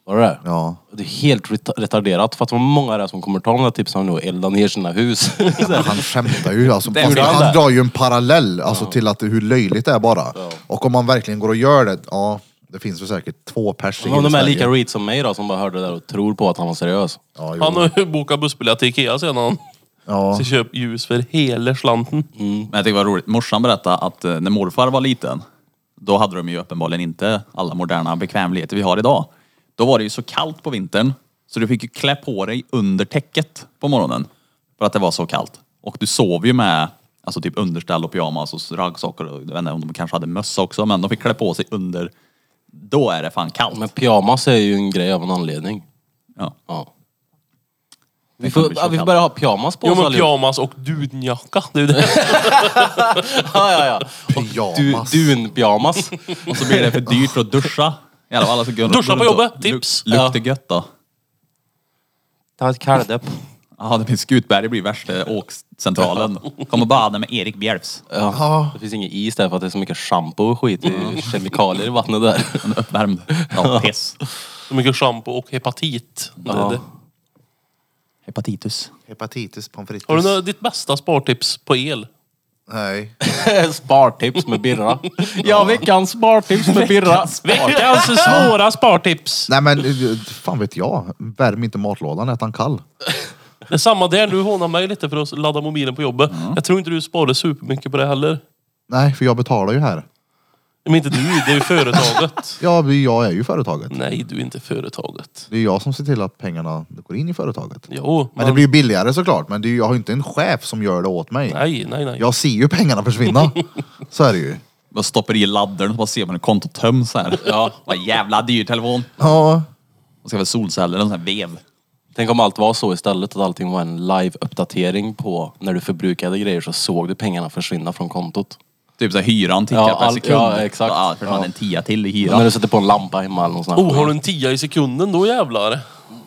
Var det det? Ja. Det är helt ret- retarderat. För att det var många där som kommer ta de där tipsen nu och elda ner sina hus. Han skämtar ju. Alltså, Det han gjorde han där. drar ju en parallell alltså, till att hur löjligt det är bara. Och om man verkligen går och gör det, ja, det finns väl säkert två pers i Om de är Sverige. lika read som mig då, som bara hörde det där och tror på att han var seriös. Ja, jo. Han har ju bokat bussbiljett till Ikea sen han Ja. ska köpa ljus för hela slanten. Men jag tycker det var roligt. Morsan berättade att eh, när morfar var liten, då hade de ju uppenbarligen inte alla moderna bekvämligheter vi har idag. Då var det ju så kallt på vintern, så du fick ju klä på dig under täcket på morgonen. För att det var så kallt. Och du sov ju med alltså typ underställ och pyjamas och raggsockor. Jag vet inte om de kanske hade mössa också, men de fick klä på sig under. Då är det fan kallt. Men pyjamas är ju en grej av en anledning. Ja. Ja. Vi Det får, kan bli så ja, vi får kallt. börja ha pyjamas på Jo oss men allihop. pyjamas och dunjacka. Det är ju det. Ja, ja, ja. Pyjamas. Du, dun-pyjamas. Och så blir det för dyrt för att duscha. I alla fall, alltså, gå- Duscha gå på runt och jobbet, tips. Luk, luktar gött då. Ta ett kalldepp. Ja, det finns Skutberg blir värsta åkcentralen. Kom och bada med Erik Bjärfs. Ja. Det finns ingen is där för att det är så mycket shampoo och skit i kemikalier i vattnet där. Han är uppvärmd. Ja, piss. Så mycket shampoo och hepatit. Det är Ja. det. Hepatitis. Hepatitis, pommes frites. Har du några, ditt bästa spartips på el? Nej. Spartips med Birra. Ja, veckans spartips med Birra. Veckans svåra spartips. Nej men, eh, fan vet jag. Värm inte matlådan, ät han kall. Det är samma där. Du hånar mig lite för att ladda mobilen på jobbet. Jag tror inte du sparar supermycket på det heller. Nej, för jag betalar ju här. Men inte du, det är ju företaget. Ja, vi- jag är ju företaget. Nej, du är inte företaget. Det är jag som ser till att pengarna går in i företaget. Jo, Men det blir ju billigare såklart. Men det är, ju- jag har ju inte en chef som gör det åt mig. Nej, nej, nej. Jag ser ju pengarna försvinna. Så är det ju. Bara stoppar i laddaren och bara ser man hur kontot töms här. Ja. Vad jävla dyr telefon. Ja. Och ska väl solceller och sån här vev. Tänk om allt var så istället, att allting var en live-uppdatering på när du förbrukade grejer så såg du pengarna försvinna från kontot. Typ så här hyran tickar Ja, per all- sekund. ja, exakt. Ja, för fan Ja. en tia till i När hyran. du sätter på en lampa hemma eller något sånt. Oh, har du en tia i sekunden då jävlar?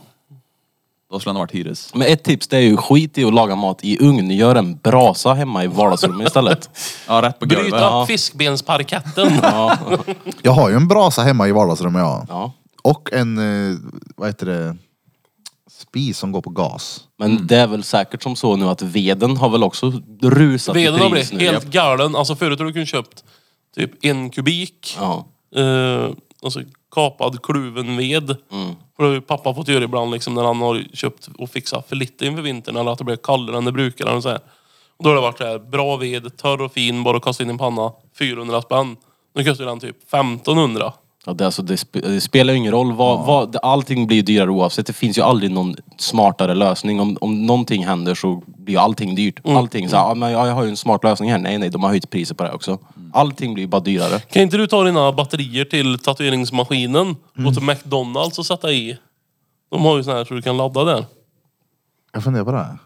Då skulle han ha varit hyres. Men ett tips det är ju skit i att laga mat i ugn. Gör en brasa hemma i vardagsrummet istället. Ja, rätt på Bryt golvet. upp Ja. fiskbensparketten. Jag har ju en brasa hemma i vardagsrummet, ja. Ja. Och en, eh, vad heter det, spis som går på gas. Men det är väl säkert som så nu att veden har väl också rusat Veden i har pris blivit nu. helt galen. Alltså förut har du kunnat köpt typ en kubik. Ja. Eh, alltså kapad kluven ved. Mm. För det har ju pappa fått göra ibland liksom när han har köpt och fixat för lite inför vintern. Eller att det blir kallare än det brukar. Och så här. Och då har det varit så här, bra ved, torr och fin, bara att kasta in i en panna. fyrahundra spänn. Nu kostar den typ femtonhundra. Ja, det, alltså, det, sp- det spelar ju ingen roll. Vad, vad, det, allting blir dyrare oavsett. Det finns ju aldrig någon smartare lösning. Om, om någonting händer så blir ju allting dyrt. Allting så här, ja, men jag, jag har ju en smart lösning här. Nej, nej, de har höjt priset på det också. Allting blir ju bara dyrare. Kan inte du ta dina batterier till tatueringsmaskinen och till McDonalds och sätta i? De har ju sån här så du kan ladda där. Jag funderar på det här.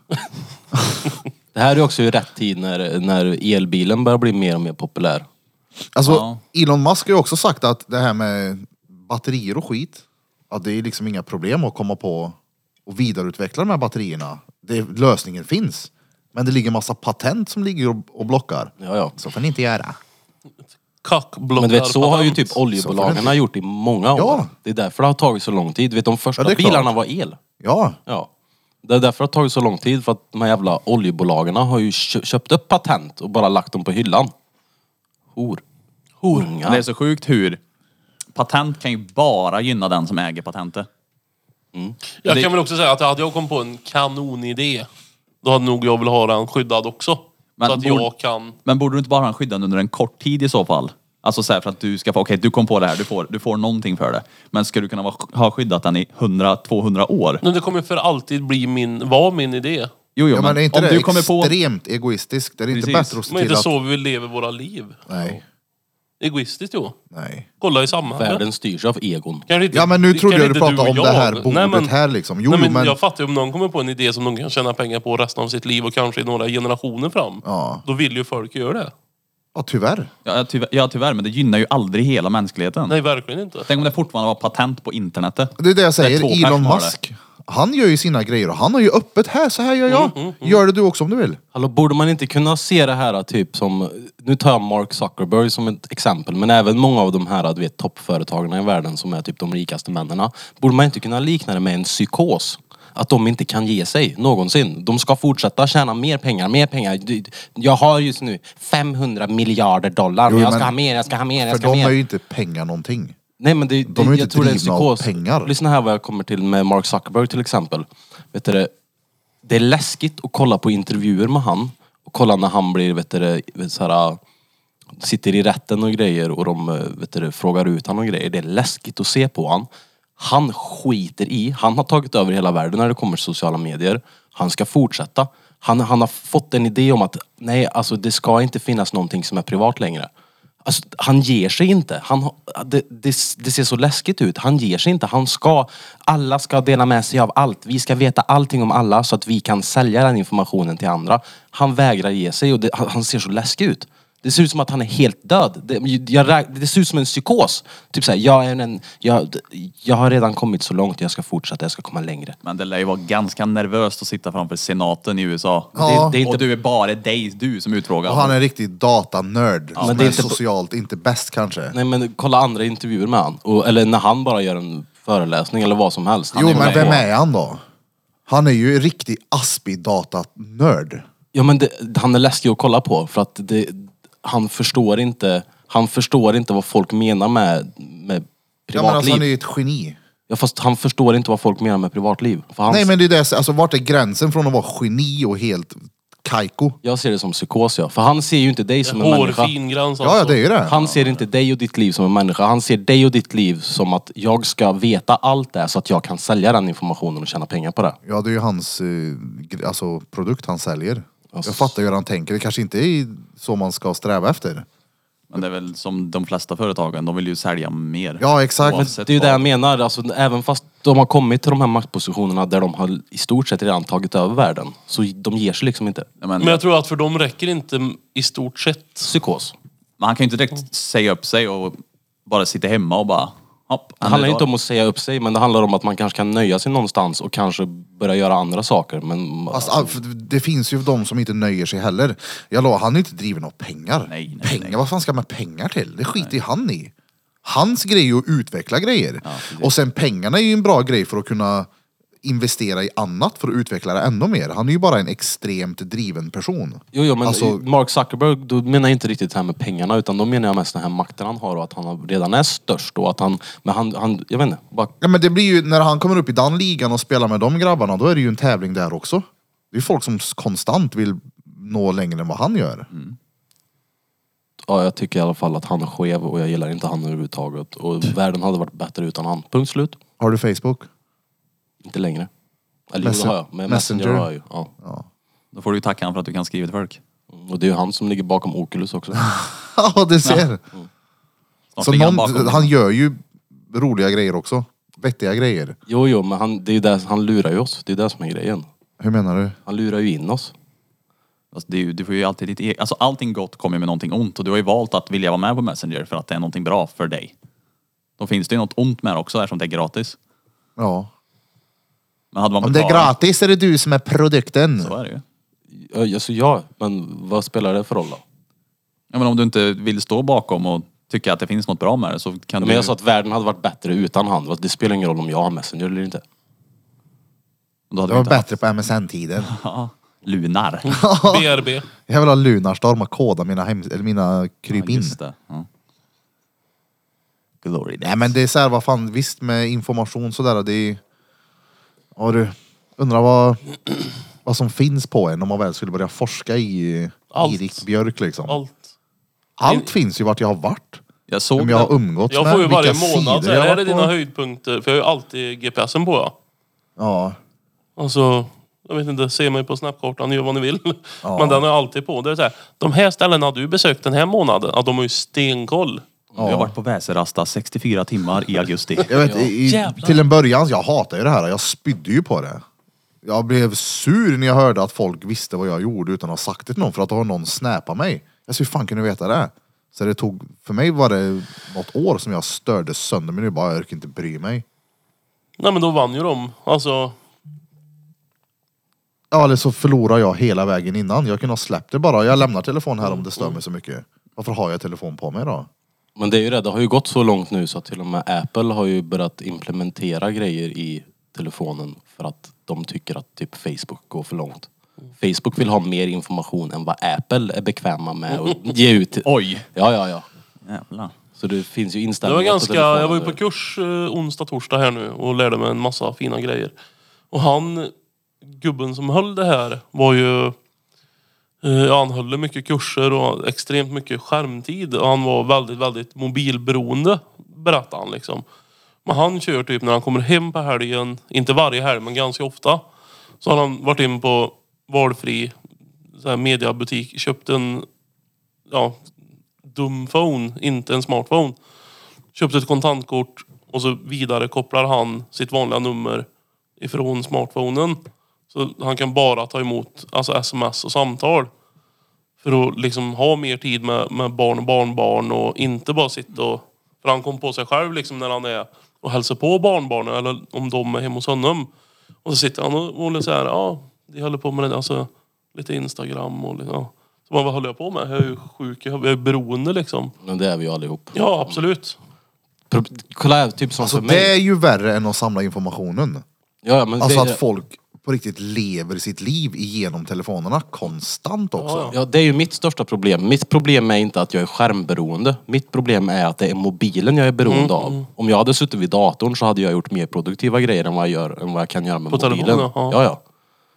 Det här är också i rätt tid när, när elbilen börjar bli mer och mer populär. Alltså, Ja. Elon Musk har ju också sagt att det här med batterier och skit, att det är liksom inga problem att komma på och vidareutveckla de här batterierna. Det, lösningen finns. Men det ligger massa patent som ligger och, och blockar. Ja, ja. Så får ni inte göra. Kackblockar. Men du vet, så har ju typ Så får oljebolagen det gjort i många år. Ja. Det är därför det har tagit så lång tid. Du vet, de första Ja, det är klart. bilarna var el. Ja, Ja. Det är därför det har tagit så lång tid. För att de här jävla oljebolagen har ju kö- köpt upp patent och bara lagt dem på hyllan. Hor. Hor. Men det är så sjukt hur patent kan ju bara gynna den som äger patentet. Jag det- kan väl också säga att hade jag kommit på en kanonidé, då hade nog jag velat ha den skyddad också. Men så att borde- jag kan... Men borde du inte bara ha en skyddad under en kort tid i så fall? Alltså så här för att du ska få, okej du kom på det här, du får, du får någonting för det. Men ska du kunna vara, ha skyddat den i hundra till tvåhundra år? Men det kommer för alltid bli min, vara min idé. Jo, jo, ja men är inte om det du kommer på... extremt egoistiskt? Det är inte Precis. bättre att se Men till inte att... så vi lever våra liv. Nej, Egoistiskt jo. nej. Kolla i samhället. Världen styrs av egon. Kanske inte- Ja men nu trodde kanske jag du inte pratade om och det jag. här bordet Nej, men, här liksom. Jo, nej, jo men, men... jag fattar ju om någon kommer på en idé som de kan tjäna pengar på resten av sitt liv och kanske i några generationer fram. Ja. Då vill ju folk göra det. Ja, tyvärr. Ja tyvärr, ja tyvärr, men det gynnar ju aldrig hela mänskligheten. Nej, verkligen inte. Tänk om det fortfarande var patent på internetet. Det är det jag säger, två Elon personer har det. Musk. Han gör ju sina grejer och han har ju öppet här, så här gör jag. Gör det du också om du vill. Hallå, borde man inte kunna se det här typ som nu tar jag Mark Zuckerberg som ett exempel, men även många av de här, du vet, toppföretagarna i världen som är typ de rikaste männen. Borde man inte kunna likna det med en psykos? Att de inte kan ge sig någonsin. De ska fortsätta tjäna mer pengar, mer pengar. Jag har just nu femhundra miljarder dollar, Jo, men jag ska men ha mer, jag ska ha mer, jag För ska ha de mer. är ju inte pengar någonting. Nej, men det, det, De är ju jag inte tror det är en drivna av psykos. pengar. Lyssna här vad jag kommer till med Mark Zuckerberg till exempel. Vet du, det, det är läskigt att kolla på intervjuer med han. Och kolla när han blir, vet du, vet, så här, sitter i rätten och grejer och de vet du, frågar ut han och grejer. Det är läskigt att se på han. Han skiter i. Han har tagit över hela världen när det kommer till sociala medier. Han ska fortsätta. Han, han har fått en idé om att nej, alltså det ska inte finnas någonting som är privat längre. Alltså, han ger sig inte. Han, det, det, det ser så läskigt ut. Han ger sig inte. Han ska, alla ska dela med sig av allt. Vi ska veta allting om alla så att vi kan sälja den informationen till andra. Han vägrar ge sig och det, han ser så läskig ut. Det ser ut som att han är helt död. Det, jag, det ser ut som en psykos. Typ såhär, jag, är en, jag, jag har redan kommit så långt, jag ska fortsätta, jag ska komma längre. Men det lär ju vara ganska nervöst att sitta framför senaten i U S A. Ja. Det, det är inte... Och du är bara dig, du som utfrågar. Och han är en riktig datanörd. Ja, men som det är är inte- socialt inte bäst kanske. Nej men kolla andra intervjuer med han. Och, eller när han bara gör en föreläsning eller vad som helst. Jo, Han men är vem på- är han då? Han är ju en riktig aspig datanörd. Ja men det, han är läskig att kolla på för att det, han förstår inte han förstår inte vad folk menar med, med Ja, men privatliv. alltså, han är ju ett geni. Ja, fast han förstår inte vad folk menar med privatliv. För han, Nej, men det är det, alltså vart är gränsen från att vara geni och helt kajko? Jag ser det som psykos, ja. För han ser ju inte dig som en människa. Hårfin gräns Ja, ja, det är ju det. Han ser inte dig och ditt liv som en människa. Han ser dig och ditt liv som att jag ska veta allt det så att jag kan sälja den informationen och tjäna pengar på det. Ja, det är ju hans eh, gre- alltså, produkt han säljer. Alltså- Jag fattar ju hur han tänker. Det kanske inte är så man ska sträva efter. Men det är väl som de flesta företagen, de vill ju sälja mer. Ja, exakt. Oavsett Det är ju det vad. jag menar. Alltså, även fast de har kommit till de här maktpositionerna där de har i stort sett redan tagit över världen. Så de ger sig liksom inte. Ja, men, Men jag tror att för dem räcker inte i stort sett. Psykos. men han kan ju inte direkt säga upp sig och bara sitta hemma och bara... Hopp, Det handlar inte om att säga upp sig, men det handlar om att man kanske kan nöja sig någonstans och kanske börja göra andra saker. Men Fast, ah, för det finns ju de som inte nöjer sig heller. Jag la, han är inte driven av pengar. Nej, nej, pengar, nej. vad fan ska man pengar till? Det skiter i han i. Hans grej är att utveckla grejer. Och sen pengarna är ju en bra grej för att kunna investera i annat för att utveckla det ännu mer. Han är ju bara en extremt driven person. Jo, jo, men Alltså- Mark Zuckerberg, då menar jag inte riktigt det här med pengarna, utan då menar jag mest den här makten han har och att han redan är störst och att han, men han, han jag vet inte, bara, Ja, men det blir ju, när han kommer upp i den ligan och spelar med de grabbarna, då är det ju en tävling där också. Det är folk som konstant vill nå längre än vad han gör. ja, jag tycker i alla fall att han är skev och jag gillar inte han överhuvudtaget och världen hade varit bättre utan han. Punkt slut. Har du Facebook? Inte längre. Eller jo, det Messen- har jag, men Messenger? Messenger har jag ju. Ja. Då får du ju tacka han för att du kan skriva till folk. Och det är ju han som ligger bakom Oculus också. Ja, det ser. Snart Så ligger han någon, bakom. han gör ju roliga grejer också. Vettiga grejer. Jo, jo, men han, det är ju det, han lurar ju oss. Det är det som är grejen. Hur menar du? Han lurar ju in oss. Alltså, det är ju, du får ju alltid ditt e- alltså, allting gott kommer med någonting ont och du har ju valt att vilja vara med på Messenger för att det är någonting bra för dig. Då finns det ju något ont med det också eftersom det är gratis. Ja. Men hade man Om det är betalat- gratis är det du som är produkten. Så är det ju. Ja, alltså, ja, men vad spelar det för roll då? Ja, men om du inte vill stå bakom och tycka att det finns något bra med det så kan Ja, du... men jag sa att världen hade varit bättre utan han. Det spelar ingen roll om jag har Messenger eller inte. Då hade Det vi var inte bättre på M S N-tiden. haft- Ja, lunar. B R B. Jag vill ha Lunarstorm och koda mina, hem, eller mina kryp Ja, in. just det. Ja. Glory days. Nej, men det är så här, vad fan, visst med information sådär, det är... Ja, du, undrar vad, vad som finns på en om man väl skulle börja forska i Allt. Erik Björk liksom. Allt, Allt. finns ju vart jag har varit. Jag såg Om jag har det. umgåtts Jag med, får ju varje vilka månad så sidor här, jag här har är varit dina på. höjdpunkter. För jag har ju alltid G P S'en på. Ja. Ja. Alltså, jag vet inte, se mig på snapkartan, gör vad ni vill. Men den är alltid på. Det är så här, de här ställena du besökt den här månaden, ja, de har ju stenkoll. Vi har varit på Väserasta sextiofyra timmar i augusti. Jag vet, i, Jävlar. till en början, jag hatar ju det här. Jag spydde ju på det. Jag blev sur när jag hörde att folk visste vad jag gjorde utan att ha sagt det till någon, för att då har någon snappat mig. Jag sa, hur fan kunde du veta det? Så det tog, för mig var det något år som jag störde sönder, men nu bara, jag orkar inte bry mig. Nej men då vann ju de. Alltså, Ja, eller så förlorar jag hela vägen innan. Jag kunde ha släppt det bara. Jag lämnar telefonen här om det stör mig så mycket. Varför har jag telefon på mig då? Men det är ju det, det har ju gått så långt nu så att till och med Apple har ju börjat implementera grejer i telefonen för att de tycker att typ Facebook går för långt. Facebook vill ha mer information än vad Apple är bekväma med att ge ut. Oj! Ja, ja, ja. Jävlar. Så det finns ju Det inställningar var ganska, på telefonen jag var ju på där. kurs eh, onsdag, torsdag här nu och lärde mig en massa fina grejer. Och han, gubben som höll det här, var ju... Eh, ja, han höll mycket kurser och extremt mycket skärmtid. Och han var väldigt, väldigt mobilberoende, berättade han liksom. Men han kör typ när han kommer hem på helgen, inte varje helg men ganska ofta. Så har han varit in på valfri så här mediabutik, köpt en ja, dum phone, inte en smartphone. Köpt ett kontantkort och så vidare kopplar han sitt vanliga nummer ifrån smartphonen. Så han kan bara ta emot alltså sms och samtal. För att liksom ha mer tid med, med barn och barnbarn och inte bara sitta och... För han kom på sig själv liksom när han är och hälsar på barnbarnen eller om de är hemma hos honom. Och så sitter han och, och så här, ja, de håller på med det, alltså lite Instagram och ja. Så man, vad håller jag på med? Jag är ju sjuk, jag är beroende liksom. Men det är vi ju allihop. Ja, absolut. Pro- Kolla, typ som Alltså för mig. det är ju värre än att samla informationen. Ja, ja, men Alltså det, att folk på riktigt lever sitt liv igenom telefonerna konstant också. ja, det är ju mitt största problem. Mitt problem är inte att jag är skärmberoende. Mitt problem är att det är mobilen jag är beroende av. Om jag hade suttit vid datorn så hade jag gjort mer produktiva grejer än vad jag, gör, än vad jag kan göra med På mobilen. telefonen, ja. Ja, ja.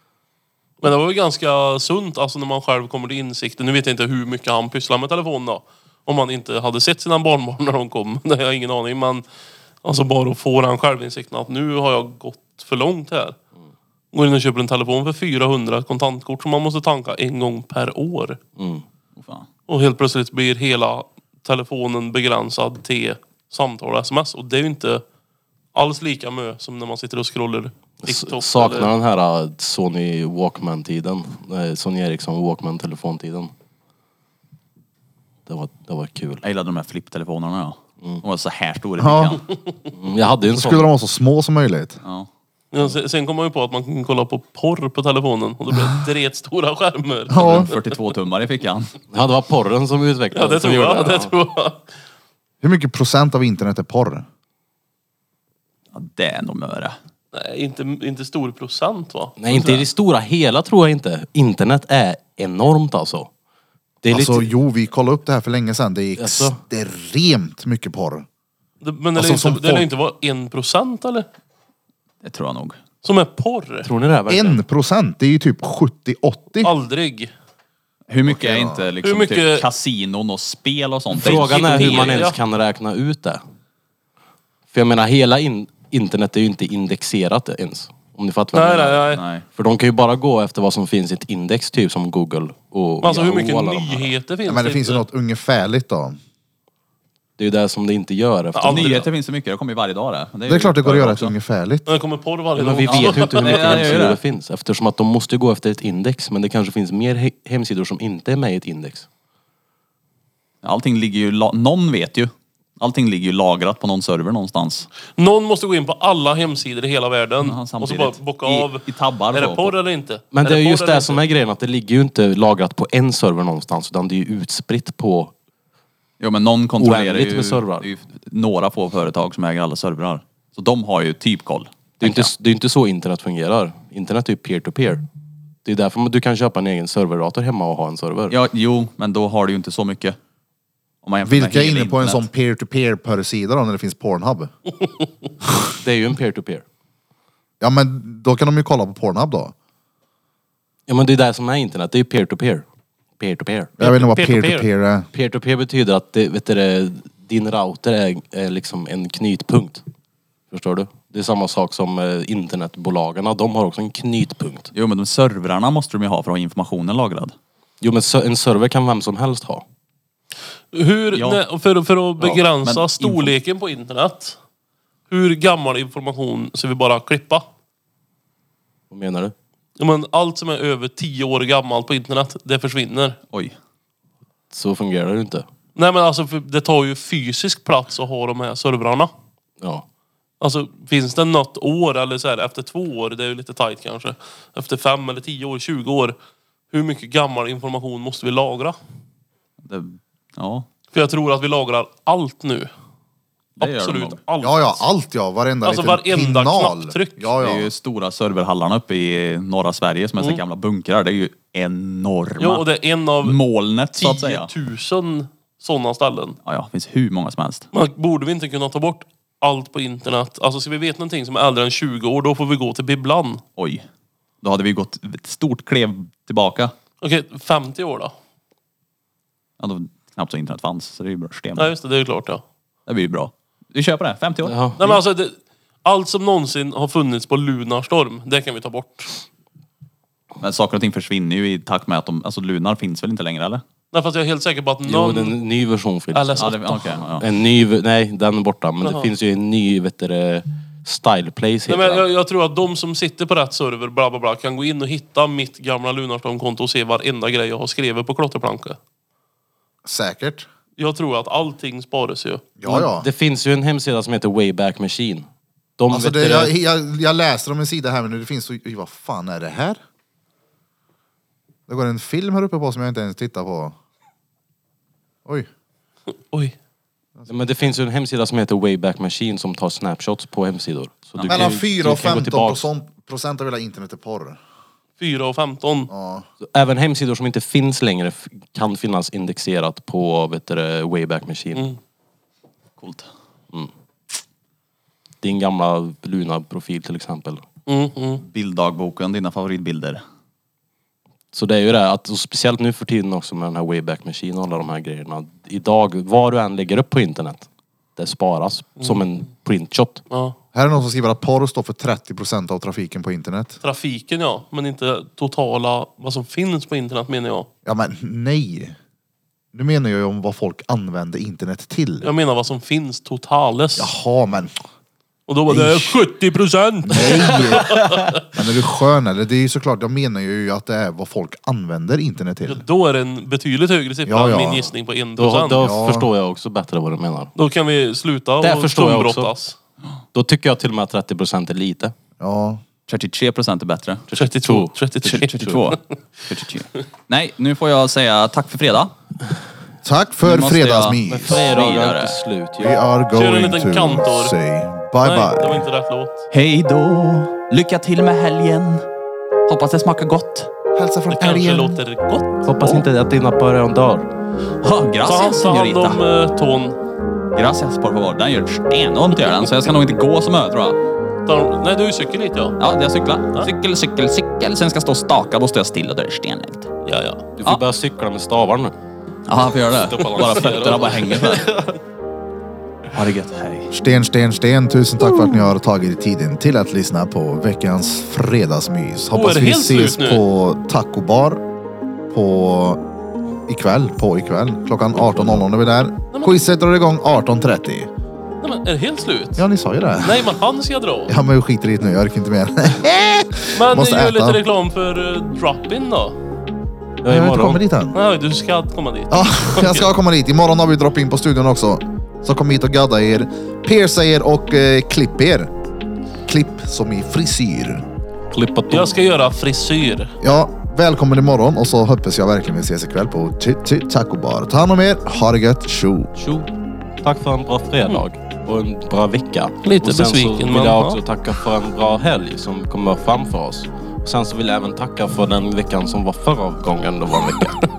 Men det var ju ganska sunt alltså när man själv kommer till insikten. Nu vet jag inte hur mycket han pysslar med telefonen då. Om man inte hade sett sina barnbarn när de kom. Det har jag ingen aning. Men alltså bara att få den självinsikten att nu har jag gått för långt här. Går in och köper en telefon för fyrahundra, kontantkort som man måste tanka en gång per år. Mm. Oh, fan. Och helt plötsligt blir hela telefonen begränsad till samtal och sms. Och det är ju inte alls lika mycket som när man sitter och scrollar TikTok. S- Saknar eller... den här uh, Sony Walkman-tiden. Nej, Sony Ericsson Walkman-telefontiden. Det var, det var kul. Jag gillade de här flipptelefonerna, ja. De var så här stora i Ja. fickan. Mm, jag hade ju en Så sån. skulle de vara så små som möjligt. Ja. Ja, sen, sen kom man ju på att man kan kolla på porr på telefonen. Och då blir det dretstora skärmar. Ja. fyrtiotvå tummar i fickan. Ja, det var porren som utvecklade. Ja, det som tror gjorde jag. Det tror jag. Hur mycket procent av internet är porr? Ja, det är nog möre. Nej, inte, inte stor procent va? Nej, inte i det stora hela tror jag inte. Internet är enormt alltså. Det är Alltså lite... jo, vi kollade upp det här för länge sedan. Det är Jaså? extremt mycket porr. Det, men det Alltså, lär som inte, det lär folk- inte vara en procent eller? Det tror jag nog. Som är porr? Tror ni det här verkligen? En procent, det är ju typ sjuttio åttio. Aldrig. Hur mycket Okej, är ja. inte liksom Hur mycket- typ kasinon och spel och sånt? Det är Frågan är hur man Ja. ens kan räkna ut det. För jag menar, hela in- internet är ju inte indexerat ens. Om ni fattar vad jag Nej, menar. nej, nej. Nej. För de kan ju bara gå efter vad som finns i ett index, typ som Google och Alltså hur Yahoo mycket och alla de här. nyheter finns Ja, men det det finns ju inte? något ungefärligt då. Det är ju det som det inte gör. Efter. Ja, Nyheter finns så mycket, det kommer ju varje dag det. Det är klart det går att göra ett ungefärligt. Men det kommer porr varje Men dag. vi vet ju inte hur mycket Ja, det är ju hemsidor det. det finns. Eftersom att de måste gå efter ett index. Men det kanske finns mer he- hemsidor som inte är med i ett index. Allting ligger ju, la- någon vet ju. Allting ligger ju lagrat på någon server någonstans. Någon måste gå in på alla hemsidor i hela världen. Ja, och så samtidigt. bara bocka I- av. i tabbar Är så. det porr eller inte? Men det är porr just eller det inte? som är grejen. Att det ligger ju inte lagrat på en server någonstans. Utan det är ju utspritt på... Jo men någon kontrollerar Oändligt ju, med servrar. det är ju några få företag som äger alla servrar. Så de har ju typ koll. Det är ju inte, det är inte så internet fungerar. Internet är ju peer-to-peer. Det är därför du kan köpa en egen serverdator hemma och ha en server. Ja, jo, men då har du ju inte så mycket. Om man jämför med Vilka är hela inne på en internet. sån peer-to-peer porrsida då när det finns Pornhub? Det är ju en peer-to-peer. Ja men då kan de ju kolla på Pornhub då. Ja, men det är det som är internet. Det är ju peer-to-peer. Peer-to-peer. Jag vet inte vad Peer-to-peer. peer-to-peer är. Peer-to-peer betyder att det, vet du, det, din router är, är liksom en knytpunkt. Förstår du? Det är samma sak som eh, internetbolagarna. De har också en knytpunkt. Jo, men de servrarna måste de ju ha för att ha informationen lagrad. Jo, men se- en server kan vem som helst ha. Hur, Ja. nej, för, för att begränsa men storleken på internet. Hur gammal information ska vi bara klippa? Vad menar du? Ja, men allt som är över tio år gammalt på internet, det försvinner. Oj. Så fungerar det inte. Nej men alltså för det tar ju fysisk plats att ha de här servrarna. Ja. Alltså finns det något år eller så här efter två år, det är ju lite tajt kanske. Efter fem eller tio år, tjugo år. Hur mycket gammal information måste vi lagra? Det, ja. För jag tror att vi lagrar allt nu. Det gör de Absolut nog. allt. Ja, ja, allt ja. Varenda Alltså liten varenda pinal. knapptryck. Ja, Det är ja. ju stora serverhallarna uppe i norra Sverige som är så gamla bunkrar. Det är ju enorma. Jo, och det är en av molnet så att säga. tiotusen sådana ställen. Ja, ja, det finns hur många som helst. Man borde vi inte kunna ta bort allt på internet? Alltså ska vi veta någonting som är äldre än tjugo år, då får vi gå till bibblan. Oj. Då hade vi gått ett stort klev tillbaka. Okej, femtio år då? Ja, då knappt så internet fanns. Så det är ju bra sten. Ja just det, det är ju klart ja. Det blir ju bra. Vi köper det. femtio år. Ja. Nej men alltså, det, allt som någonsin har funnits på Lunarstorm, det kan vi ta bort. Men saker och ting försvinner ju i takt med att de... Alltså Lunar finns väl inte längre, eller? Nej fast jag är helt säker på att Jo, någon... det är en ny version finns. Eller Ja, så. det, okay, ja. En ny, nej den är borta. Men Jaha. det finns ju en ny, vet du det, Style Place heter Nej, men den. jag, jag tror att de som sitter på rätt server bla bla bla kan gå in och hitta mitt gamla Lunarstorm-konto och se varenda grej jag har skrivit på klotterplanka. Säkert. Jag tror att allting sparas ju. Ja, ja. Det finns ju en hemsida som heter Wayback Machine. De Alltså vet det, du jag, det, jag, jag läser om en sida här men det finns så... Vad fan är det här? Det går en film här uppe på som jag inte ens tittar på. Oj. Oj. men det finns ju en hemsida som heter Wayback Machine som tar snapshots på hemsidor. Så du Mellan kan- fyra du och kan gå femton tillbaks. procent, procent av hela internet är porr. fyra och femton. Ja. Även hemsidor som inte finns längre f- kan finnas indexerat på vet du, det, Wayback Machine. Mm. Coolt. Din gamla Luna-profil till exempel. Mm, mm. Bilddagboken, dina favoritbilder. Så det är ju det, att, och speciellt nu för tiden också med den här Wayback Machine och alla de här grejerna. Idag, vad du än lägger upp på internet, det sparas som en printshot. Ja. Här är någon som skriver att porr står för trettio procent av trafiken på internet. Trafiken ja, men inte totala vad som finns på internet menar jag. Ja men nej. Nu menar jag ju om vad folk använder internet till. Jag menar vad som finns totales. Jaha men... Och då var det sjuttio procent. Nej! Men är du skön eller? Det är ju såklart, jag menar ju att det är vad folk använder internet till. Då är det en betydligt högre siffra Ja, ja. än min gissning på en Då, procent. då Ja. förstår jag också bättre vad du menar. Då kan vi sluta Det och förstår jag också. tumbrottas. Då tycker jag till och med att trettio procent är lite. Ja. trettiotre procent är bättre. trettiotvå. trettiotre. trettiotvå. trettiotre. Nej, nu får jag säga tack för fredag. Tack Nu för måste jag- fredagsmys. Fredagen Vidare. är inte slut ju. We are Kör en going liten to kantor. say bye Nej, det var bye. inte rätt låt. Hej då! Lycka till med helgen. Hoppas det smakar gott. Hälsa från Det kanske älgen. låter gott. Hoppas inte att dina början dör. Ha, Ta hand, gracias, ta hand señorita. om uh, tån. Gracias, por favor. Den gör stenont gör den, så jag ska nog inte gå som ö tror jag. Ta, nej, du är ju cykel hit ja. Ja, jag cyklar. Cykel, cykel, cykel. Sen ska jag stå och staka, då står jag still och då är det stenlugnt. Ja, ja. Du får Ja. börja cykla med stavar nu. Ja, jag får göra det. Stå på Bara balansera. fötterna bara hänger där. Ha det gött, hej. Sten, sten, sten. Tusen tack för att ni har tagit er tiden till att lyssna på veckans fredagsmys. Hoppas är det vi helt ses slut nu? på Taco Bar på ikväll. På ikväll. Klockan arton noll noll är vi där. Quizet drar igång arton trettio. Nej, men är det helt slut? Ja, ni sa ju det. Nej, men han ska dra. Ja, men vi skiter i det nu. Jag orkar inte mer. Men Måste gör äta. lite reklam för uh, drop-in då. Ja, Jag har inte kommit imorgon. dit än. Nej, du ska komma dit. Ja, jag ska komma dit. Imorgon har vi drop-in på studion också. Så kom hit och gadda er. Pierca er och eh, klipp er. Klipp som i frisyr. Klippa tom. Jag ska göra frisyr. Ja, välkommen imorgon och så hoppas jag verkligen vi ses ikväll på T- T- Taco Bar. Ta hand om er. Ha det gött. Tjo! Tjo. Tack för en bra fredag och en bra vecka. Lite och sen besviken, så vill men jag ja. också tacka för en bra helg som kommer framför oss. Och sen så vill jag även tacka för den veckan som var förra gången det var en vecka.